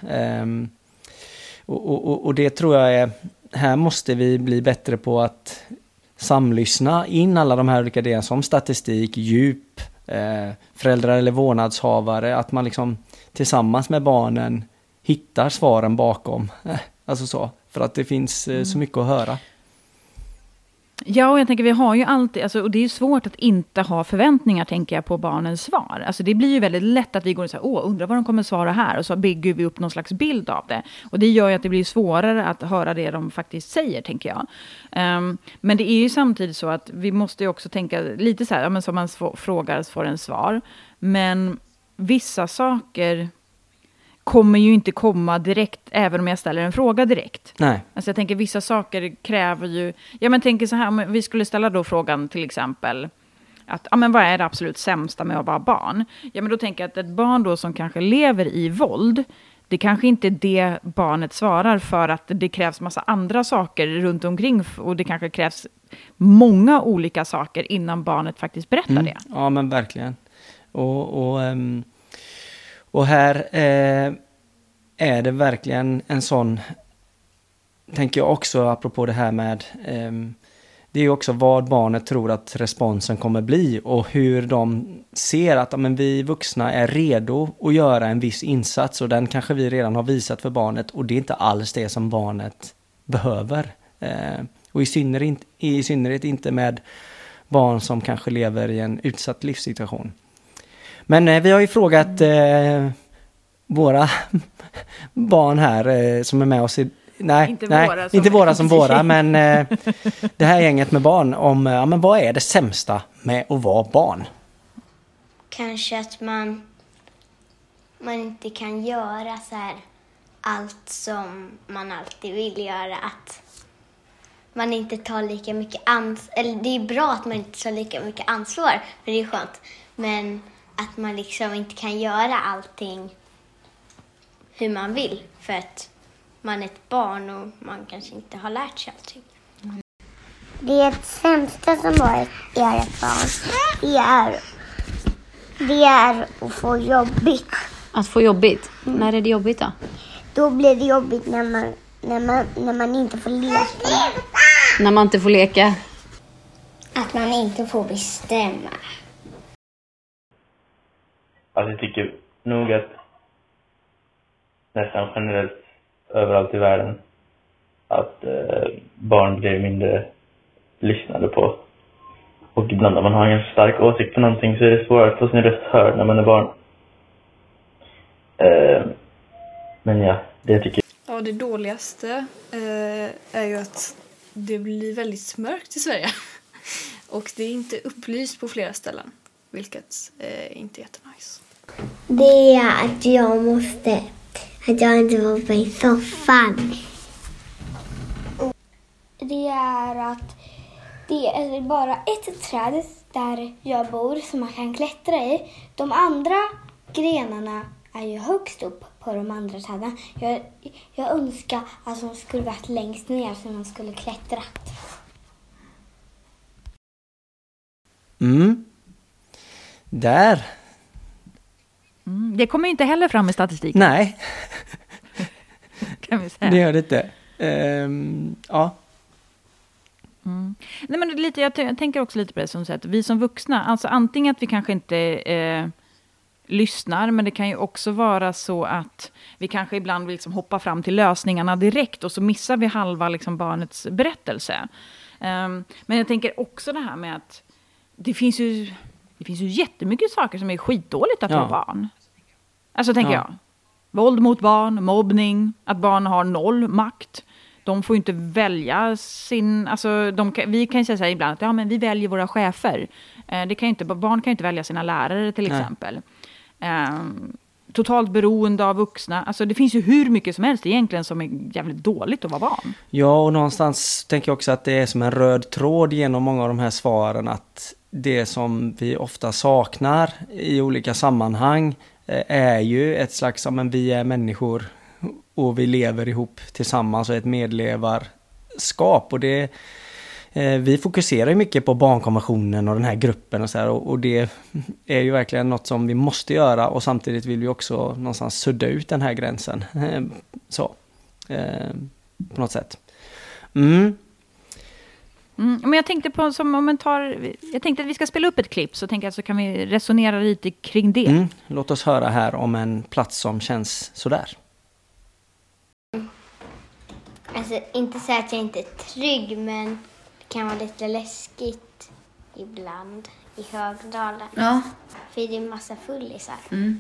[SPEAKER 2] Och det tror jag är, här måste vi bli bättre på att samlyssna in alla de här olika delarna som statistik, djup, föräldrar eller vårdnadshavare, att man liksom tillsammans med barnen hittar svaren bakom. Alltså så, för att det finns så mycket att höra.
[SPEAKER 1] Ja, och jag tänker vi har ju alltid, alltså, och det är ju svårt att inte ha förväntningar, tänker jag, på barnens svar. Alltså det blir ju väldigt lätt att vi går och säger, undrar vad de kommer svara här, och så bygger vi upp någon slags bild av det. Och det gör ju att det blir svårare att höra det de faktiskt säger, tänker jag. Men det är ju samtidigt så att vi måste ju också tänka lite så här, men som man frågar får en svar. Men vissa saker kommer ju inte komma direkt, även om jag ställer en fråga direkt.
[SPEAKER 2] Nej.
[SPEAKER 1] Alltså jag tänker vissa saker kräver ju, tänker så här, om vi skulle ställa då frågan till exempel att, vad är det absolut sämsta med att vara barn? Ja, men då tänker jag att ett barn då som kanske lever i våld, det kanske inte är det barnet svarar, för att det krävs massa andra saker runt omkring, och det kanske krävs många olika saker innan barnet faktiskt berättar det.
[SPEAKER 2] Ja, men verkligen. Och här är det verkligen en sån, tänker jag också, apropå det här med, det är ju också vad barnet tror att responsen kommer bli, och hur de ser att vi vuxna är redo att göra en viss insats, och den kanske vi redan har visat för barnet, och det är inte alls det som barnet behöver. Och i synnerhet inte med barn som kanske lever i en utsatt livssituation. Men vi har ju frågat våra barn här som är med oss inte våra som våra, men det här gänget med barn om men vad är det sämsta med att vara barn?
[SPEAKER 3] Kanske att man inte kan göra så här allt som man alltid vill göra, att man inte tar lika mycket eller det är bra att man inte tar lika mycket ansvar, för det är skönt, men att man liksom inte kan göra allting hur man vill för att man är ett barn och man kanske inte har lärt sig allting.
[SPEAKER 11] Det sämsta som är ett barn, det är att få jobbigt.
[SPEAKER 7] Att få jobbigt? När är det jobbigt då?
[SPEAKER 11] Då blir det jobbigt när man inte får leka.
[SPEAKER 7] När man inte får leka?
[SPEAKER 11] Att man inte får bestämma.
[SPEAKER 9] Alltså jag tycker nog att nästan generellt överallt i världen att barn blir mindre lyssnade på. Och ibland när man har en stark åsikt på någonting så är det svårare att få sin röst hörd när man är barn. Men ja, det tycker jag.
[SPEAKER 6] Ja, det dåligaste är ju att det blir väldigt mörkt i Sverige. Och det är inte upplyst på flera ställen, vilket inte är jättenice.
[SPEAKER 11] Det är att jag inte får på i soffan.
[SPEAKER 3] Det är att det är bara ett träd där jag bor som man kan klättra i. De andra grenarna är ju högst upp på de andra träden. Jag önskar att de skulle varit längst ner så man skulle klättrat.
[SPEAKER 2] Där.
[SPEAKER 1] Det kommer inte heller fram i statistiken.
[SPEAKER 2] Nej.
[SPEAKER 1] Kan vi säga.
[SPEAKER 2] Det gör det inte. Ja.
[SPEAKER 1] Nej, men lite, jag tänker också lite på det som sagt. Vi som vuxna, alltså antingen att vi kanske inte lyssnar, men det kan ju också vara så att vi kanske ibland vill liksom hoppa fram till lösningarna direkt och så missar vi halva liksom barnets berättelse. Men jag tänker också det här med att det finns ju jättemycket saker som är skitdåligt att vara barn. Alltså tänker jag. Våld mot barn, mobbning, att barn har 0 makt. De får ju inte välja sin... Alltså vi kan ju säga ibland att men vi väljer våra chefer. Barn kan ju inte välja sina lärare till exempel. Totalt beroende av vuxna. Alltså det finns ju hur mycket som helst egentligen som är jävligt dåligt att vara barn.
[SPEAKER 2] Ja, och någonstans tänker jag också att det är som en röd tråd genom många av de här svaren att det som vi ofta saknar i olika sammanhang är ju ett slags, men vi är människor och vi lever ihop tillsammans och ett medlevarskap, och det vi fokuserar ju mycket på barnkonventionen och den här gruppen och så här, och det är ju verkligen något som vi måste göra, och samtidigt vill vi också någonstans sudda ut den här gränsen på något sätt.
[SPEAKER 1] Men jag tänkte på jag tänkte att vi ska spela upp ett klipp, så tänker jag så kan vi resonera lite kring det.
[SPEAKER 2] Låt oss höra här om en plats som känns sådär.
[SPEAKER 3] Alltså inte så att jag inte är trygg, men det kan vara lite läskigt ibland i Högdalen. Ja. För det är en massa fullisar.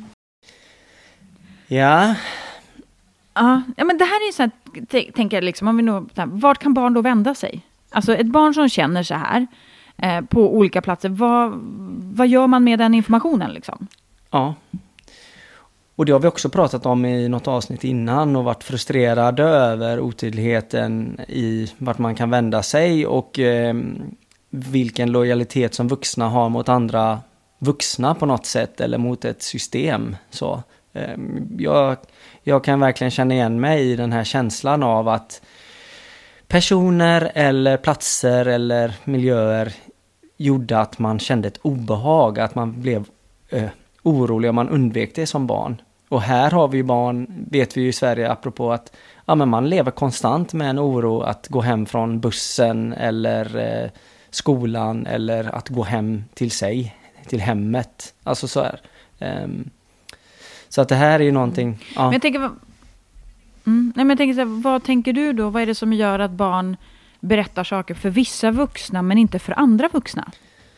[SPEAKER 2] Ja.
[SPEAKER 1] Ja, men det här är ju så här, tänker jag liksom, om vi nog, vart kan barn då vända sig? Alltså ett barn som känner så här på olika platser, vad gör man med den informationen liksom?
[SPEAKER 2] Ja. Och det har vi också pratat om i något avsnitt innan och varit frustrerade över otydligheten i vart man kan vända sig och vilken lojalitet som vuxna har mot andra vuxna på något sätt eller mot ett system. Så jag kan verkligen känna igen mig i den här känslan av att personer eller platser eller miljöer gjorde att man kände ett obehag, att man blev orolig om man undvek det som barn. Och här har vi barn, vet vi ju i Sverige apropå att men man lever konstant med en oro att gå hem från bussen eller skolan eller att gå hem till sig, till hemmet. Alltså så här. Så att det här är ju någonting... Ja.
[SPEAKER 1] Men jag tänker... men jag tänker så här, vad tänker du då? Vad är det som gör att barn berättar saker för vissa vuxna men inte för andra vuxna?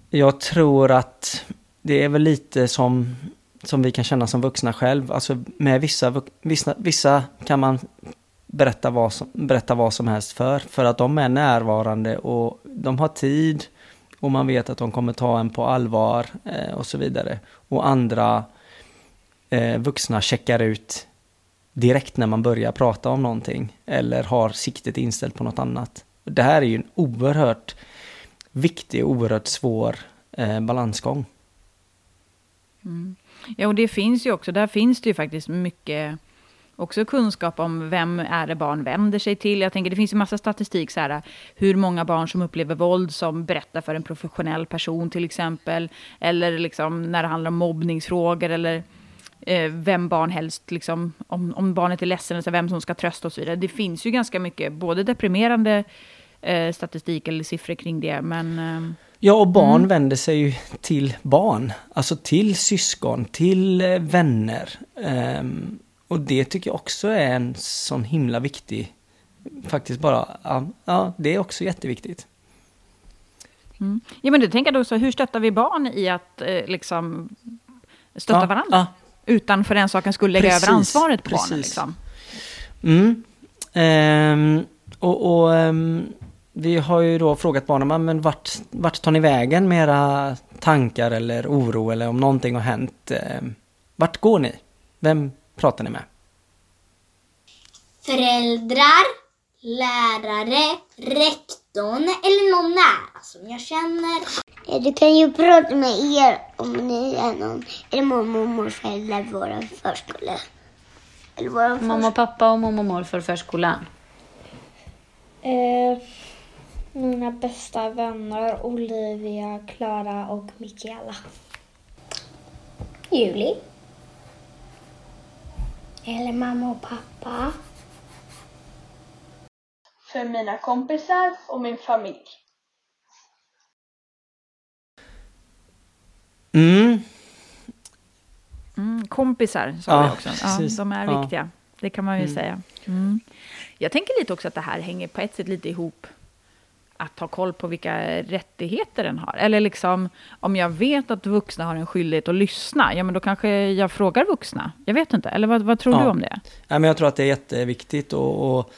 [SPEAKER 2] Jag tror att det är väl lite som vi kan känna som vuxna själv. Alltså med vissa kan man berätta vad som helst för att de är närvarande och de har tid och man vet att de kommer ta en på allvar och så vidare. Och andra vuxna checkar ut direkt när man börjar prata om någonting eller har siktet inställt på något annat. Det här är ju en oerhört viktig och oerhört svår balansgång.
[SPEAKER 1] Mm. Ja, och det finns ju också, där finns det ju faktiskt mycket också kunskap om vem är det barn vänder sig till. Jag tänker det finns ju massa statistik så här, hur många barn som upplever våld som berättar för en professionell person till exempel, eller liksom när det handlar om mobbningsfrågor eller vem barn helst liksom, om barnet är ledsen, så vem som ska trösta och så vidare. Det finns ju ganska mycket både deprimerande statistik eller siffror kring det, men
[SPEAKER 2] ja, och barn vänder sig ju till barn, alltså till syskon, till vänner. Och det tycker jag också är en sån himla viktig, faktiskt bara, ja det är också jätteviktigt.
[SPEAKER 1] Mm. Ja, men du tänker då så, hur stöttar vi barn i att liksom stötta varandra? Ja. Utan för den saken skulle lägga över ansvaret på barnen. Liksom.
[SPEAKER 2] Vi har ju då frågat barnen, men vart tar ni vägen med era tankar eller oro eller om någonting har hänt? Vart går ni? Vem pratar ni med?
[SPEAKER 3] Föräldrar, lärare, rektorn eller någon nära som jag känner.
[SPEAKER 11] Du kan ju prata med er om ni är någon. Är det mormor och morfar eller våra förskola?
[SPEAKER 7] Mamma och pappa och mormor och morfar förskolan.
[SPEAKER 12] Mina bästa vänner Olivia, Klara och Mikaela.
[SPEAKER 3] Julie.
[SPEAKER 12] Eller mamma och pappa.
[SPEAKER 8] För mina kompisar och min familj.
[SPEAKER 1] Kompisar sa vi också. Ja, de är viktiga. Det kan man ju säga. Jag tänker lite också att det här hänger på ett sätt lite ihop att ha koll på vilka rättigheter den har. Eller liksom, om jag vet att vuxna har en skyldighet att lyssna, ja men då kanske jag frågar vuxna. Jag vet inte. Eller vad tror du om det?
[SPEAKER 2] Ja, men jag tror att det är jätteviktigt och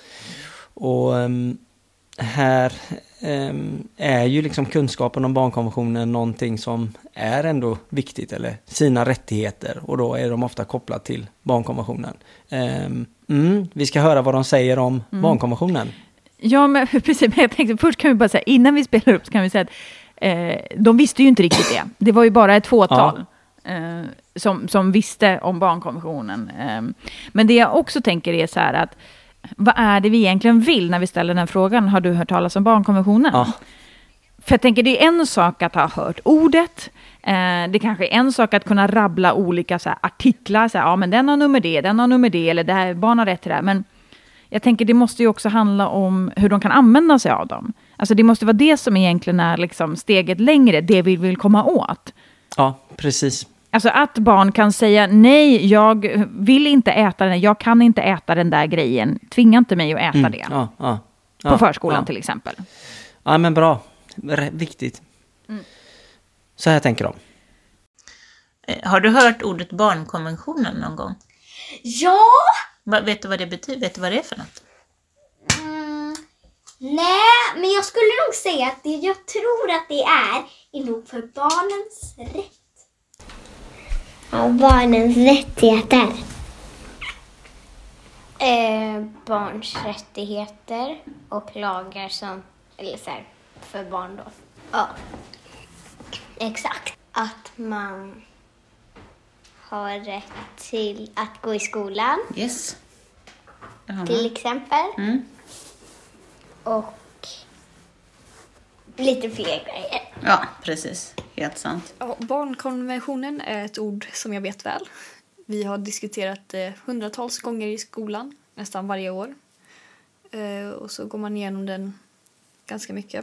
[SPEAKER 2] här är ju liksom kunskapen om barnkonventionen någonting som är ändå viktigt, eller sina rättigheter, och då är de ofta kopplade till barnkonventionen. Vi ska höra vad de säger om barnkonventionen. Ja, men precis. Men jag tänkte först kan vi bara säga, innan vi spelar upp så kan vi säga att de visste ju inte riktigt det. Det var ju bara ett fåtal som visste om barnkonventionen. Men det jag också tänker är så här att vad är det vi egentligen vill när vi ställer den frågan? Har du hört talas om barnkonventionen? Ja. För jag tänker det är en sak att ha hört ordet. Det kanske är en sak att kunna rabbla olika så här, artiklar. Så här, ja, men den har nummer det, eller det här, barn har rätt till det här. Men jag tänker det måste ju också handla om hur de kan använda sig av dem. Alltså det måste vara det som egentligen är liksom steget längre, det vi vill komma åt. Ja, precis. Alltså att barn kan säga nej, jag vill inte äta den, jag kan inte äta den där grejen. Tvinga inte mig att äta det. På förskolan till exempel. Ja, men bra. Viktigt. Så här tänker de.
[SPEAKER 13] Har du hört ordet barnkonventionen någon gång?
[SPEAKER 3] Ja!
[SPEAKER 13] Vet du vad det betyder? Vet du vad det är för något?
[SPEAKER 3] Nej, men jag skulle nog säga att jag tror att det är nog för barnens rätt.
[SPEAKER 11] Ja, barnens rättigheter.
[SPEAKER 12] Barns rättigheter och lagar som, eller så här, för barn då.
[SPEAKER 3] Ja, exakt.
[SPEAKER 12] Att man har rätt till att gå i skolan.
[SPEAKER 13] Yes.
[SPEAKER 12] Till exempel. Och lite fler grejer.
[SPEAKER 13] Ja, precis. Helt sant.
[SPEAKER 6] Ja, barnkonventionen är ett ord som jag vet väl. Vi har diskuterat hundratals gånger i skolan, nästan varje år. Och så går man igenom den ganska mycket.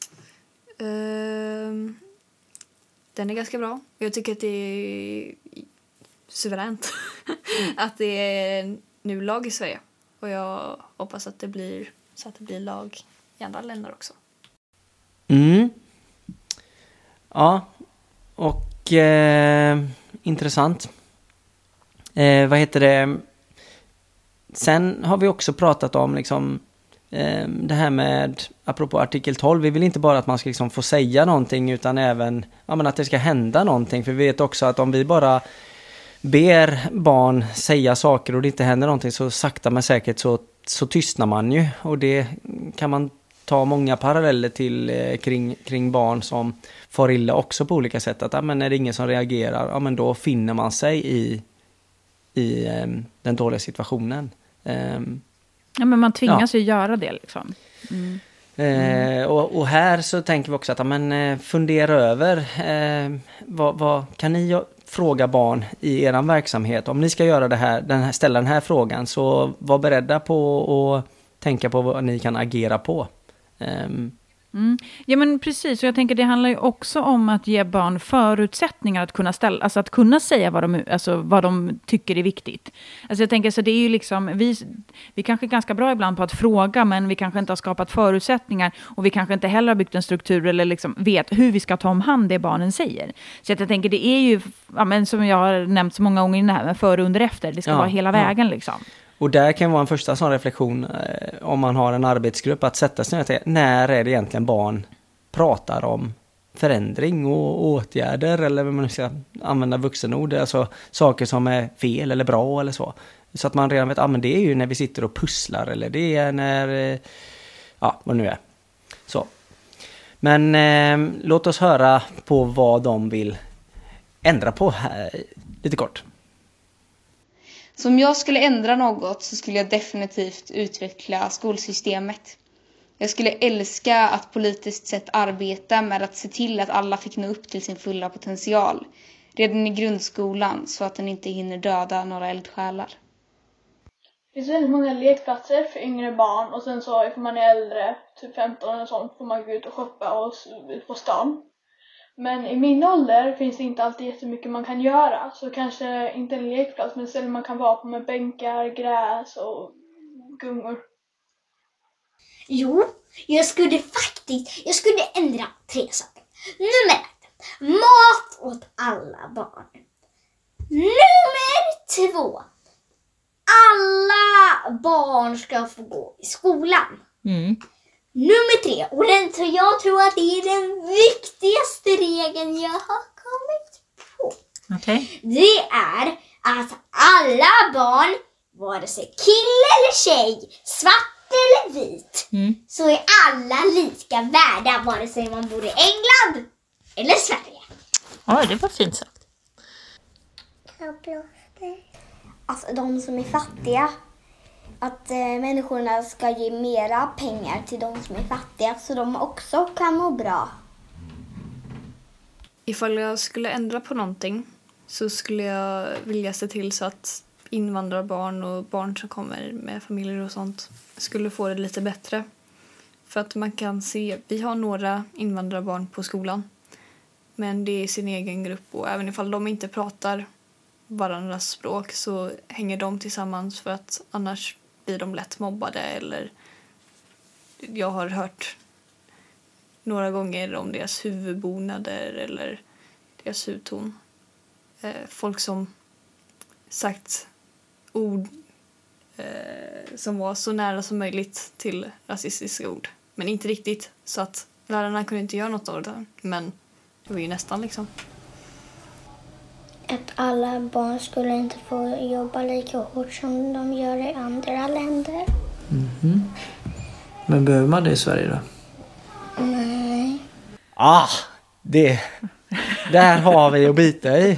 [SPEAKER 6] Den är ganska bra. Jag tycker att det är suveränt att det är nu lag i Sverige. Och jag hoppas att det blir så att det blir lag i andra länder också.
[SPEAKER 2] Ja, och intressant. Vad heter det? Sen har vi också pratat om liksom, det här med, apropå artikel 12, vi vill inte bara att man ska liksom få säga någonting utan även att det ska hända någonting. För vi vet också att om vi bara ber barn säga saker och det inte händer någonting så sakta men säkert så tystnar man ju. Och det kan man ta många paralleller till kring barn som far illa också på olika sätt. Att när det är ingen som reagerar, men då finner man sig i den dåliga situationen.
[SPEAKER 1] Ja, men man tvingas ju göra det liksom.
[SPEAKER 2] Och här så tänker vi också att fundera över vad kan ni fråga barn i er verksamhet. Om ni ska göra det här, ställa den här frågan, så var beredda på att tänka på vad ni kan agera på.
[SPEAKER 1] Ja, men precis, och jag tänker det handlar ju också om att ge barn förutsättningar att kunna ställa, alltså att kunna säga vad de tycker är viktigt. Alltså jag tänker så det är ju liksom vi kanske är ganska bra ibland på att fråga, men vi kanske inte har skapat förutsättningar och vi kanske inte heller har byggt en struktur eller liksom vet hur vi ska ta om hand det barnen säger. Så jag tänker det är ju som jag har nämnt så många gånger i det här med före, under, efter, det ska vara hela vägen liksom. Och
[SPEAKER 2] där kan vara en första sån reflektion om man har en arbetsgrupp att sätta sig ner till när är det egentligen barn pratar om förändring och åtgärder eller vad man ska använda vuxenord, alltså saker som är fel eller bra eller så. Så att man redan vet, men det är ju när vi sitter och pusslar eller det är när, vad nu är. Så. Men låt oss höra på vad de vill ändra på här, lite kort.
[SPEAKER 5] Så om jag skulle ändra något så skulle jag definitivt utveckla skolsystemet. Jag skulle älska att politiskt sett arbeta med att se till att alla fick nå upp till sin fulla potential. Redan i grundskolan så att den inte hinner döda några eldsjälar.
[SPEAKER 8] Det finns väldigt många lekplatser för yngre barn och sen så ifall man är äldre, typ 15 eller sånt, får man gå ut och shoppa och ut på stan. Men i min ålder finns det inte alltid jättemycket man kan göra. Så kanske inte en lekplats, men ställen man kan vara på med bänkar, gräs och gungor.
[SPEAKER 3] Jo, jag skulle ändra 3 saker. Nummer 1. Mat åt alla barn. Nummer 2. Alla barn ska få gå i skolan. Nummer 3, och jag tror att det är den viktigaste regeln jag har kommit på.
[SPEAKER 13] Okay.
[SPEAKER 3] Det är att alla barn, vare sig kille eller tjej, svart eller vit, så är alla lika värda vare sig man bor i England eller Sverige.
[SPEAKER 13] Ja, det var fint sagt.
[SPEAKER 11] Alltså de som är fattiga. Att människorna ska ge mera pengar till de som är fattiga så de också kan må bra.
[SPEAKER 6] Ifall jag skulle ändra på någonting så skulle jag vilja se till så att invandrarbarn och barn som kommer med familjer och sånt skulle få det lite bättre. För att man kan se, vi har några invandrarbarn på skolan. Men det är sin egen grupp och även ifall de inte pratar varandras språk så hänger de tillsammans för att annars blir de lätt mobbade. Eller jag har hört några gånger om deras huvudbonader eller deras hudton. Folk som sagt ord som var så nära som möjligt till rasistiska ord. Men inte riktigt, så att lärarna kunde inte göra något av det. Men det var ju nästan liksom.
[SPEAKER 11] Att alla barn skulle inte få jobba lika hårt som de gör i andra länder.
[SPEAKER 10] Men behöver man det i Sverige då?
[SPEAKER 11] Nej.
[SPEAKER 2] Där har vi att bita i.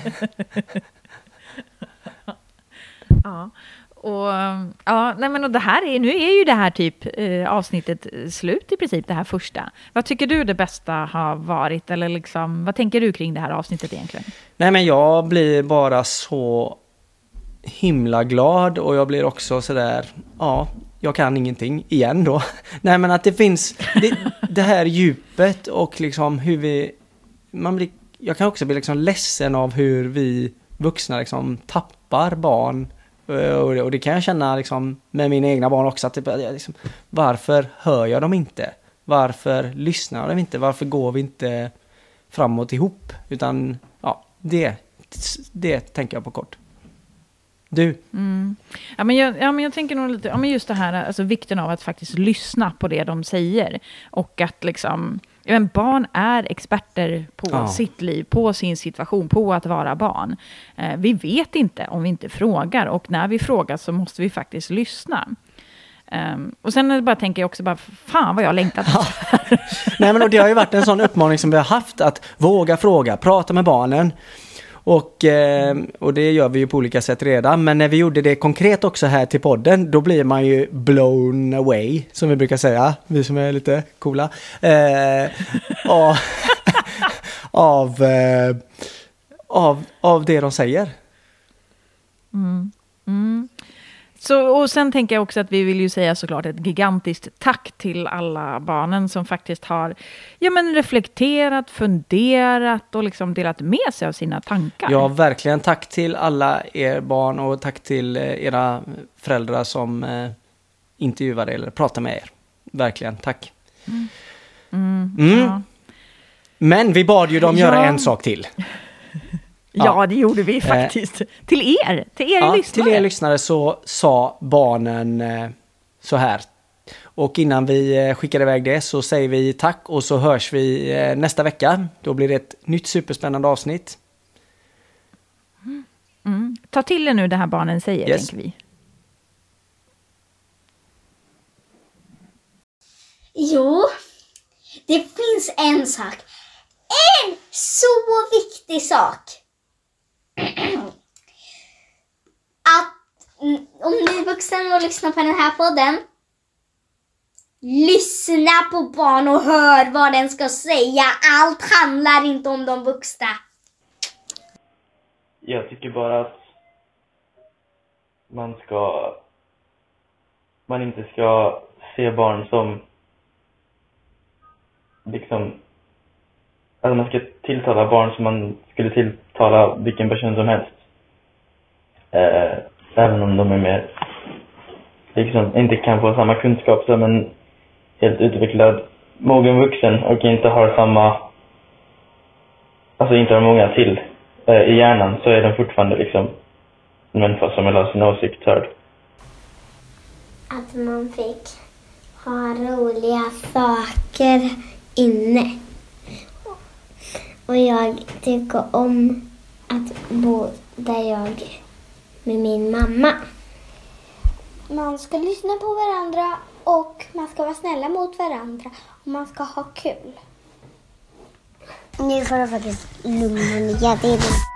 [SPEAKER 1] Ja. Och det här är, nu är ju det här typ avsnittet slut i princip, det här första. Vad tycker du det bästa har varit, eller liksom, vad tänker du kring det här avsnittet egentligen?
[SPEAKER 2] Nej, men jag blir bara så himla glad och jag blir också sådär, jag kan ingenting igen då. Nej, men att det finns det här djupet och liksom hur jag kan också bli liksom ledsen av hur vi vuxna liksom tappar barn. Och det kan jag känna liksom med mina egna barn också. Att liksom, varför hör jag dem inte? Varför lyssnar de inte? Varför går vi inte framåt ihop. Utan ja, det tänker jag på kort. Du?
[SPEAKER 1] Ja, men jag tänker nog lite, ja, men just det här, alltså vikten av att faktiskt lyssna på det de säger. Och att liksom, barn är experter på sitt liv, på sin situation, på att vara barn. Vi vet inte om vi inte frågar, och när vi frågar så måste vi faktiskt lyssna. Och sen bara tänker jag också bara, fan vad jag längtat.
[SPEAKER 2] Nej, men det har ju varit en sån uppmaning som vi har haft, att våga fråga, prata med barnen. Och det gör vi ju på olika sätt redan. Men när vi gjorde det konkret också här till podden, då blir man ju blown away, som vi brukar säga, vi som är lite coola, av det de säger.
[SPEAKER 1] Så, och sen tänker jag också att vi vill ju säga såklart ett gigantiskt tack till alla barnen som faktiskt har reflekterat, funderat och liksom delat med sig av sina tankar.
[SPEAKER 2] Ja, verkligen. Tack till alla er barn och tack till era föräldrar som intervjuar eller pratar med er. Verkligen, tack.
[SPEAKER 1] Ja.
[SPEAKER 2] Men vi bad ju dem göra en sak till.
[SPEAKER 1] Ja, det gjorde vi faktiskt. Till er lyssnare.
[SPEAKER 2] Till er lyssnare så sa barnen så här. Och innan vi skickar iväg det så säger vi tack och så hörs vi nästa vecka. Då blir det ett nytt superspännande avsnitt.
[SPEAKER 1] Ta till er nu det här barnen säger, tänker vi.
[SPEAKER 3] Jo, det finns en sak. En så viktig sak. Att om ni vuxna och lyssnar på den här podden, lyssna på barn och hör vad den ska säga. Allt handlar inte om de vuxna.
[SPEAKER 9] Jag tycker bara att man inte ska se barn som liksom, alltså man ska tilltala barn som man skulle tilltala vilken person som helst. Även om de är mer liksom inte kan få samma kunskap som en helt utvecklad mogen vuxen och inte har inte har många till i hjärnan, så är de fortfarande liksom en människa som vill ha sin åsikt hörd.
[SPEAKER 11] Att man fick ha roliga saker inne. Och jag tycker om att bo där jag med min mamma. Man ska lyssna på varandra och man ska vara snälla mot varandra och man ska ha kul. Nu får du faktiskt lugna ner dig.